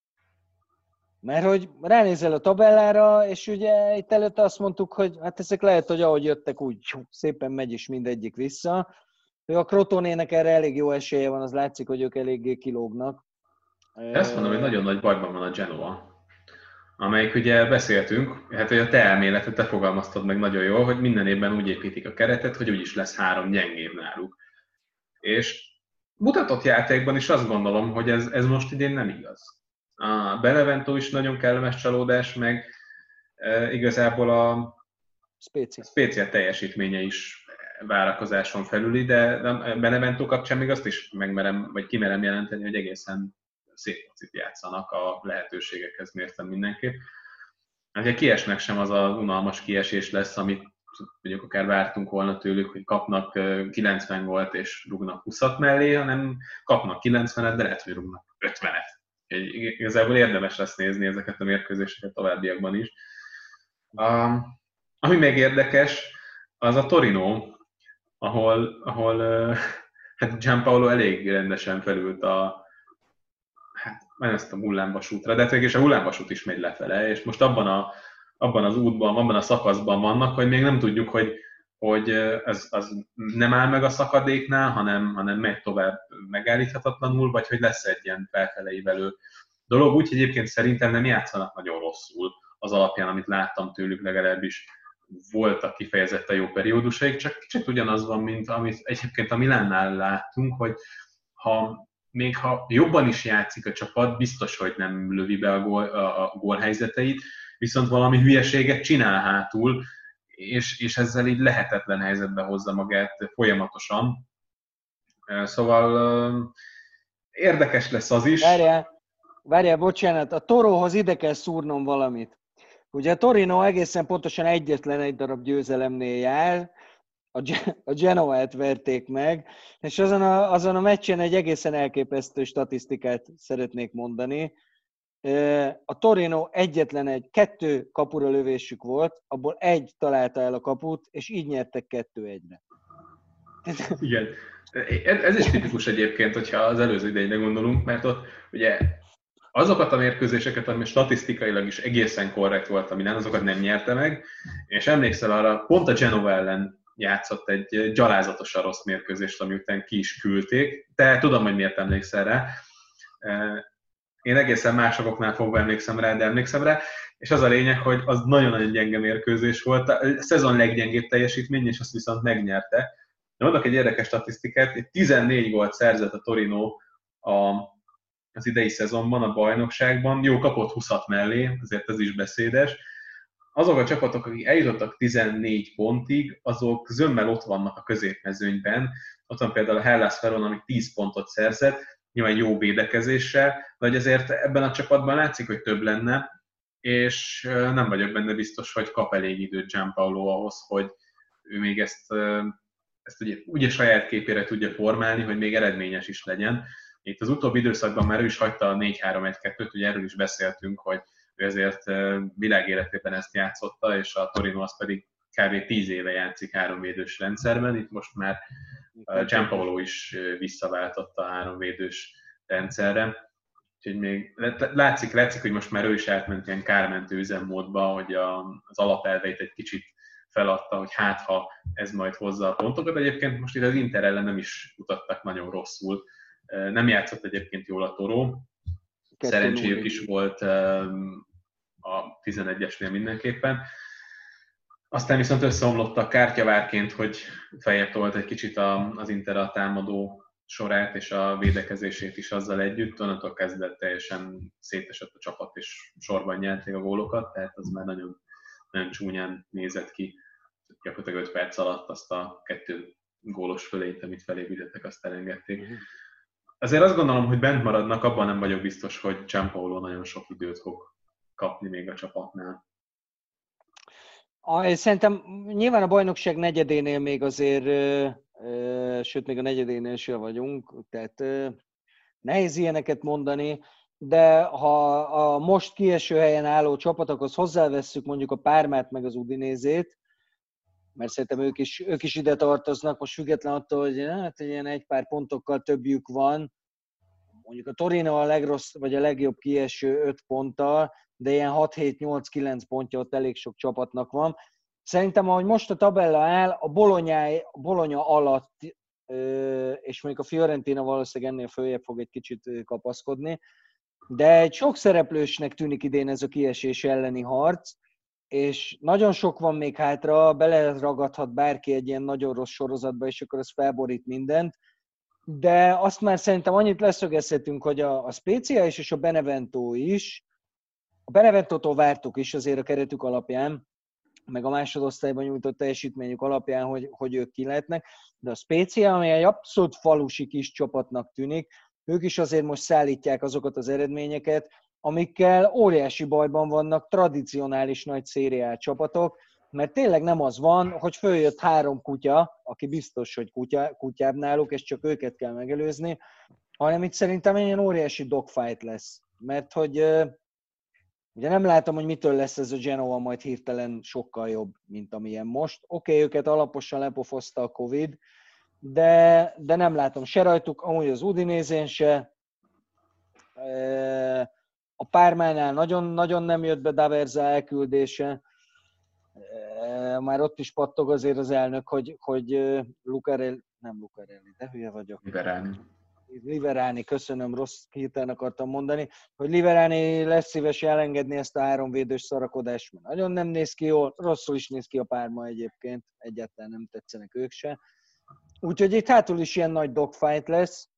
Mert hogy ránézel a tabellára, és ugye itt előtte azt mondtuk, hogy hát ezek lehet, hogy ahogy jöttek, úgy szépen megy is mindegyik vissza. A Crotonének erre elég jó esélye van, az látszik, hogy ők eléggé kilógnak. De azt mondom, hogy nagyon nagy bajban van a Genoa, amelyik ugye beszéltünk, hát hogy a te elméletet te fogalmaztad meg nagyon jól, hogy minden évben úgy építik a keretet, hogy úgyis lesz három gyengébb náluk. És mutatott játékban is azt gondolom, hogy ez, ez most idén nem igaz. A Benevento is nagyon kellemes csalódás, meg e, igazából a Spécia. Spécia teljesítménye is várakozáson felüli, de a Benevento kapcsán még azt is megmerem, vagy kimerem jelenteni, hogy egészen szép focit játszanak a lehetőségekhez mérten mindenképp. Ha kiesnek sem az a unalmas kiesés lesz, amit mondjuk akár vártunk volna tőlük, hogy kapnak kilencven gólt és rúgnak húszat mellé, hanem kapnak kilencvenet, de lehet, hogy rúgnak ötvenet. Igazából érdemes lesz nézni ezeket a mérkőzéseket továbbiakban is. Um, ami még érdekes, az a Torino, ahol, ahol uh, hát Gianpaolo elég rendesen felült a hát ezt a hullámvasútra, de hát a hullámvasút is megy lefele, és most abban, a, abban az útban, abban a szakaszban vannak, hogy még nem tudjuk, hogy, hogy ez, az nem áll meg a szakadéknál, hanem, hanem megy tovább megállíthatatlanul, vagy hogy lesz egy ilyen felfeleivelő dolog. Úgyhogy egyébként szerintem nem játszanak nagyon rosszul az alapján, amit láttam tőlük, legalábbis voltak kifejezetten jó periódusaik, csak kicsit ugyanaz van, mint amit egyébként a Milánnál láttunk, hogy ha még ha jobban is játszik a csapat, biztos, hogy nem lövi be a, gól, a, a gólhelyzeteit, viszont valami hülyeséget csinál hátul, és, és ezzel így lehetetlen helyzetbe hozza magát folyamatosan. Szóval érdekes lesz az is. Várjál, várjál, bocsánat, a Toróhoz ide kell szúrnom valamit. Ugye a Torino egészen pontosan egyetlen egy darab győzelemnél jár, a Genoát verték meg, és azon a, azon a meccsen egy egészen elképesztő statisztikát szeretnék mondani. A Torino egyetlen egy, kettő kapura lövésük volt, abból egy találta el a kaput, és így nyertek kettő egyre. Igen. Ez is tipikus egyébként, hogyha az előző idejére gondolunk, mert ott ugye azokat a mérkőzéseket, ami statisztikailag is egészen korrekt volt, ami nem, azokat nem nyerte meg, és emlékszel arra, pont a Genova ellen játszott egy gyalázatosan rossz mérkőzést, ami után ki is küldték. Te tudom, hogy miért emlékszel rá. Én egészen másoknál fogva emlékszem rá, de emlékszem rá. És az a lényeg, hogy az nagyon-nagyon gyenge mérkőzés volt. A szezon leggyengébb teljesítmény, és azt viszont megnyerte. De mondok egy érdekes statisztikát, tizennégy gólt szerzett a Torino a, az idei szezonban, a bajnokságban. Jó, kapott húszat mellé, azért ez is beszédes. Azok a csapatok, akik eljutottak tizennégy pontig, azok zömmel ott vannak a középmezőnyben. Ott van például a Hellas Verona, ami tíz pontot szerzett, nyilván jó védekezéssel, de hogy azért ebben a csapatban látszik, hogy több lenne, és nem vagyok benne biztos, hogy kap elég időt Gianpaolo ahhoz, hogy ő még ezt, ezt ugye, úgy a saját képére tudja formálni, hogy még eredményes is legyen. Itt az utóbbi időszakban már ő is hagyta a négy három egy kettőt, ugye erről is beszéltünk, hogy ő ezért világéletében ezt játszotta, és a Torino az pedig kb. tíz éve játszik háromvédős rendszerben. Itt most már Gianpaolo is visszaváltotta a háromvédős rendszerre. Úgyhogy még látszik, látszik, hogy most már ő is átment ilyen kármentő üzemmódba, hogy a, az alapelveit egy kicsit feladta, hogy hát ha ez majd hozza a pontokat. Egyébként most itt az Inter ellen nem is mutattak nagyon rosszul. Nem játszott egyébként jól a Toro. Szerencséjük is volt a tizenegyesnél mindenképpen. Aztán viszont összeomlottak kártyavárként, hogy feljebb tolt egy kicsit az Inter a támadó sorát és a védekezését is azzal együtt. Onnantól kezdett teljesen szétesett a csapat, és sorban nyerték a gólokat, tehát az már nagyon, nagyon csúnyán nézett ki. Gyakorlatilag öt perc alatt azt a kettő gólos fölét, amit felépítettek, azt elengedték. Azért azt gondolom, hogy bent maradnak, abban nem vagyok biztos, hogy Gianpaolo nagyon sok időt fog kapni még a csapatnál. Szerintem nyilván a bajnokság negyedénél még azért, sőt még a negyedénél sem vagyunk, tehát nehéz ilyeneket mondani, de ha a most kieső helyen álló csapatokhoz hozzávesszük mondjuk a Parmát meg az Udinézét, mert szerintem ők is, ők is ide tartoznak, most független attól, hogy hát ilyen egy pár pontokkal többjük van, mondjuk a Torino a legrossz, vagy a legjobb kieső öt ponttal, de ilyen hat hét nyolc kilenc pontja ott elég sok csapatnak van. Szerintem, ahogy most a tabella áll, a Bologna, a Bologna alatt, és mondjuk a Fiorentina valószínűleg ennél följebb fog egy kicsit kapaszkodni, de egy sok szereplősnek tűnik idén ez a kiesés elleni harc, és nagyon sok van még hátra, beleragadhat bárki egy ilyen nagyon rossz sorozatba, és akkor az felborít mindent, de azt már szerintem annyit leszögezhetünk, hogy a, a Spezia is, és a Benevento is, a Beneventótól vártuk is azért a keretük alapján, meg a másodosztályban nyújtott teljesítményük alapján, hogy, hogy ők ki lehetnek, de a Spezia, amely egy abszolút falusi kis csapatnak tűnik, ők is azért most szállítják azokat az eredményeket, amikkel óriási bajban vannak tradicionális nagy szériá csapatok, mert tényleg nem az van, hogy följött három kutya, aki biztos, hogy kutya, kutyább náluk, és csak őket kell megelőzni, hanem itt szerintem egy ilyen óriási dogfight lesz. Mert hogy ugye nem látom, hogy mitől lesz ez a Genoa majd hirtelen sokkal jobb, mint amilyen most. Oké, okay, őket alaposan lepofozta a Covid, de, de nem látom se rajtuk, amúgy az Udinézén se. A Parmánál nagyon, nagyon nem jött be Daversa elküldése. Már ott is pattog azért az elnök, hogy, hogy Lucarelli, nem Lucarelli, de hülye vagyok. Liverani. Liverani, köszönöm, rossz hirtelen akartam mondani, hogy Liverani lesz szíves elengedni ezt a háromvédős szarakodást, mert nagyon nem néz ki jól, rosszul is néz ki a Parma egyébként, egyáltalán nem tetszenek ők se. Úgyhogy itt hátul is ilyen nagy dogfight lesz.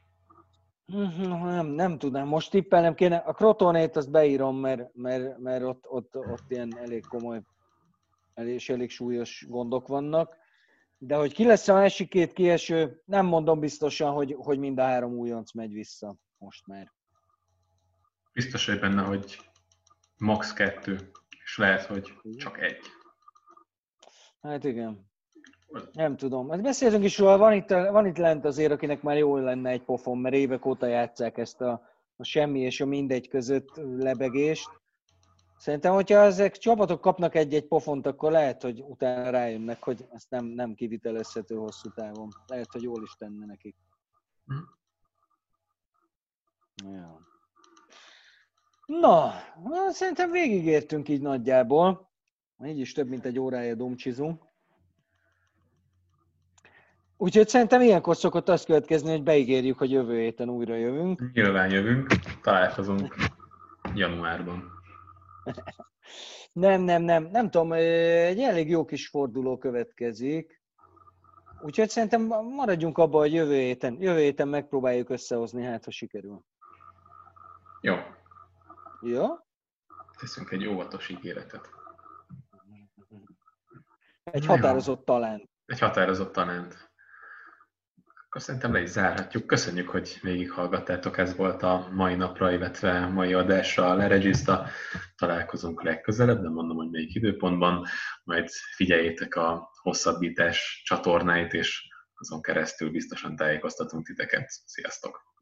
Nem, nem tudom, most tippelnem kéne. A Crotonét azt beírom, mert, mert, mert ott, ott, ott ilyen elég komoly és elég súlyos gondok vannak. De hogy ki lesz a másik két kieső, nem mondom biztosan, hogy, hogy mind a három újonc megy vissza most már. Biztos vagy benne, hogy max. kettő, és lehet, hogy csak egy. Hát igen. Nem tudom. Hát beszéltünk is róla, van itt, van itt lent azért, akinek már jól lenne egy pofon, mert évek óta játsszák ezt a, a semmi és a mindegy között lebegést. Szerintem, hogyha ezek csapatok kapnak egy-egy pofont, akkor lehet, hogy utána rájönnek, hogy ez nem, nem kivitelezhető hosszú távon. Lehet, hogy jól is tenne nekik. Ja. Na, szerintem végigértünk így nagyjából. Így is több mint egy órája domcsizunk. Úgyhogy szerintem ilyenkor szokott azt következni, hogy beígérjük, hogy jövő héten újra jövünk. Nyilván jövünk, találkozunk januárban. Nem, nem, nem, nem tudom, egy elég jó kis forduló következik. Úgyhogy szerintem maradjunk abban, hogy jövő héten, jövő héten megpróbáljuk összehozni, hát ha sikerül. Jó. Jó? Teszünk egy óvatos ígéretet. Egy határozott talánt. Egy határozott talánt. Akkor szerintem le is zárhatjuk. Köszönjük, hogy végighallgattátok. Ez volt a mai napra, illetve mai adásra a Leregiszta. Találkozunk legközelebb, nem mondom, hogy melyik időpontban. Majd figyeljétek a hosszabbítás csatornáit, és azon keresztül biztosan tájékoztatunk titeket. Sziasztok!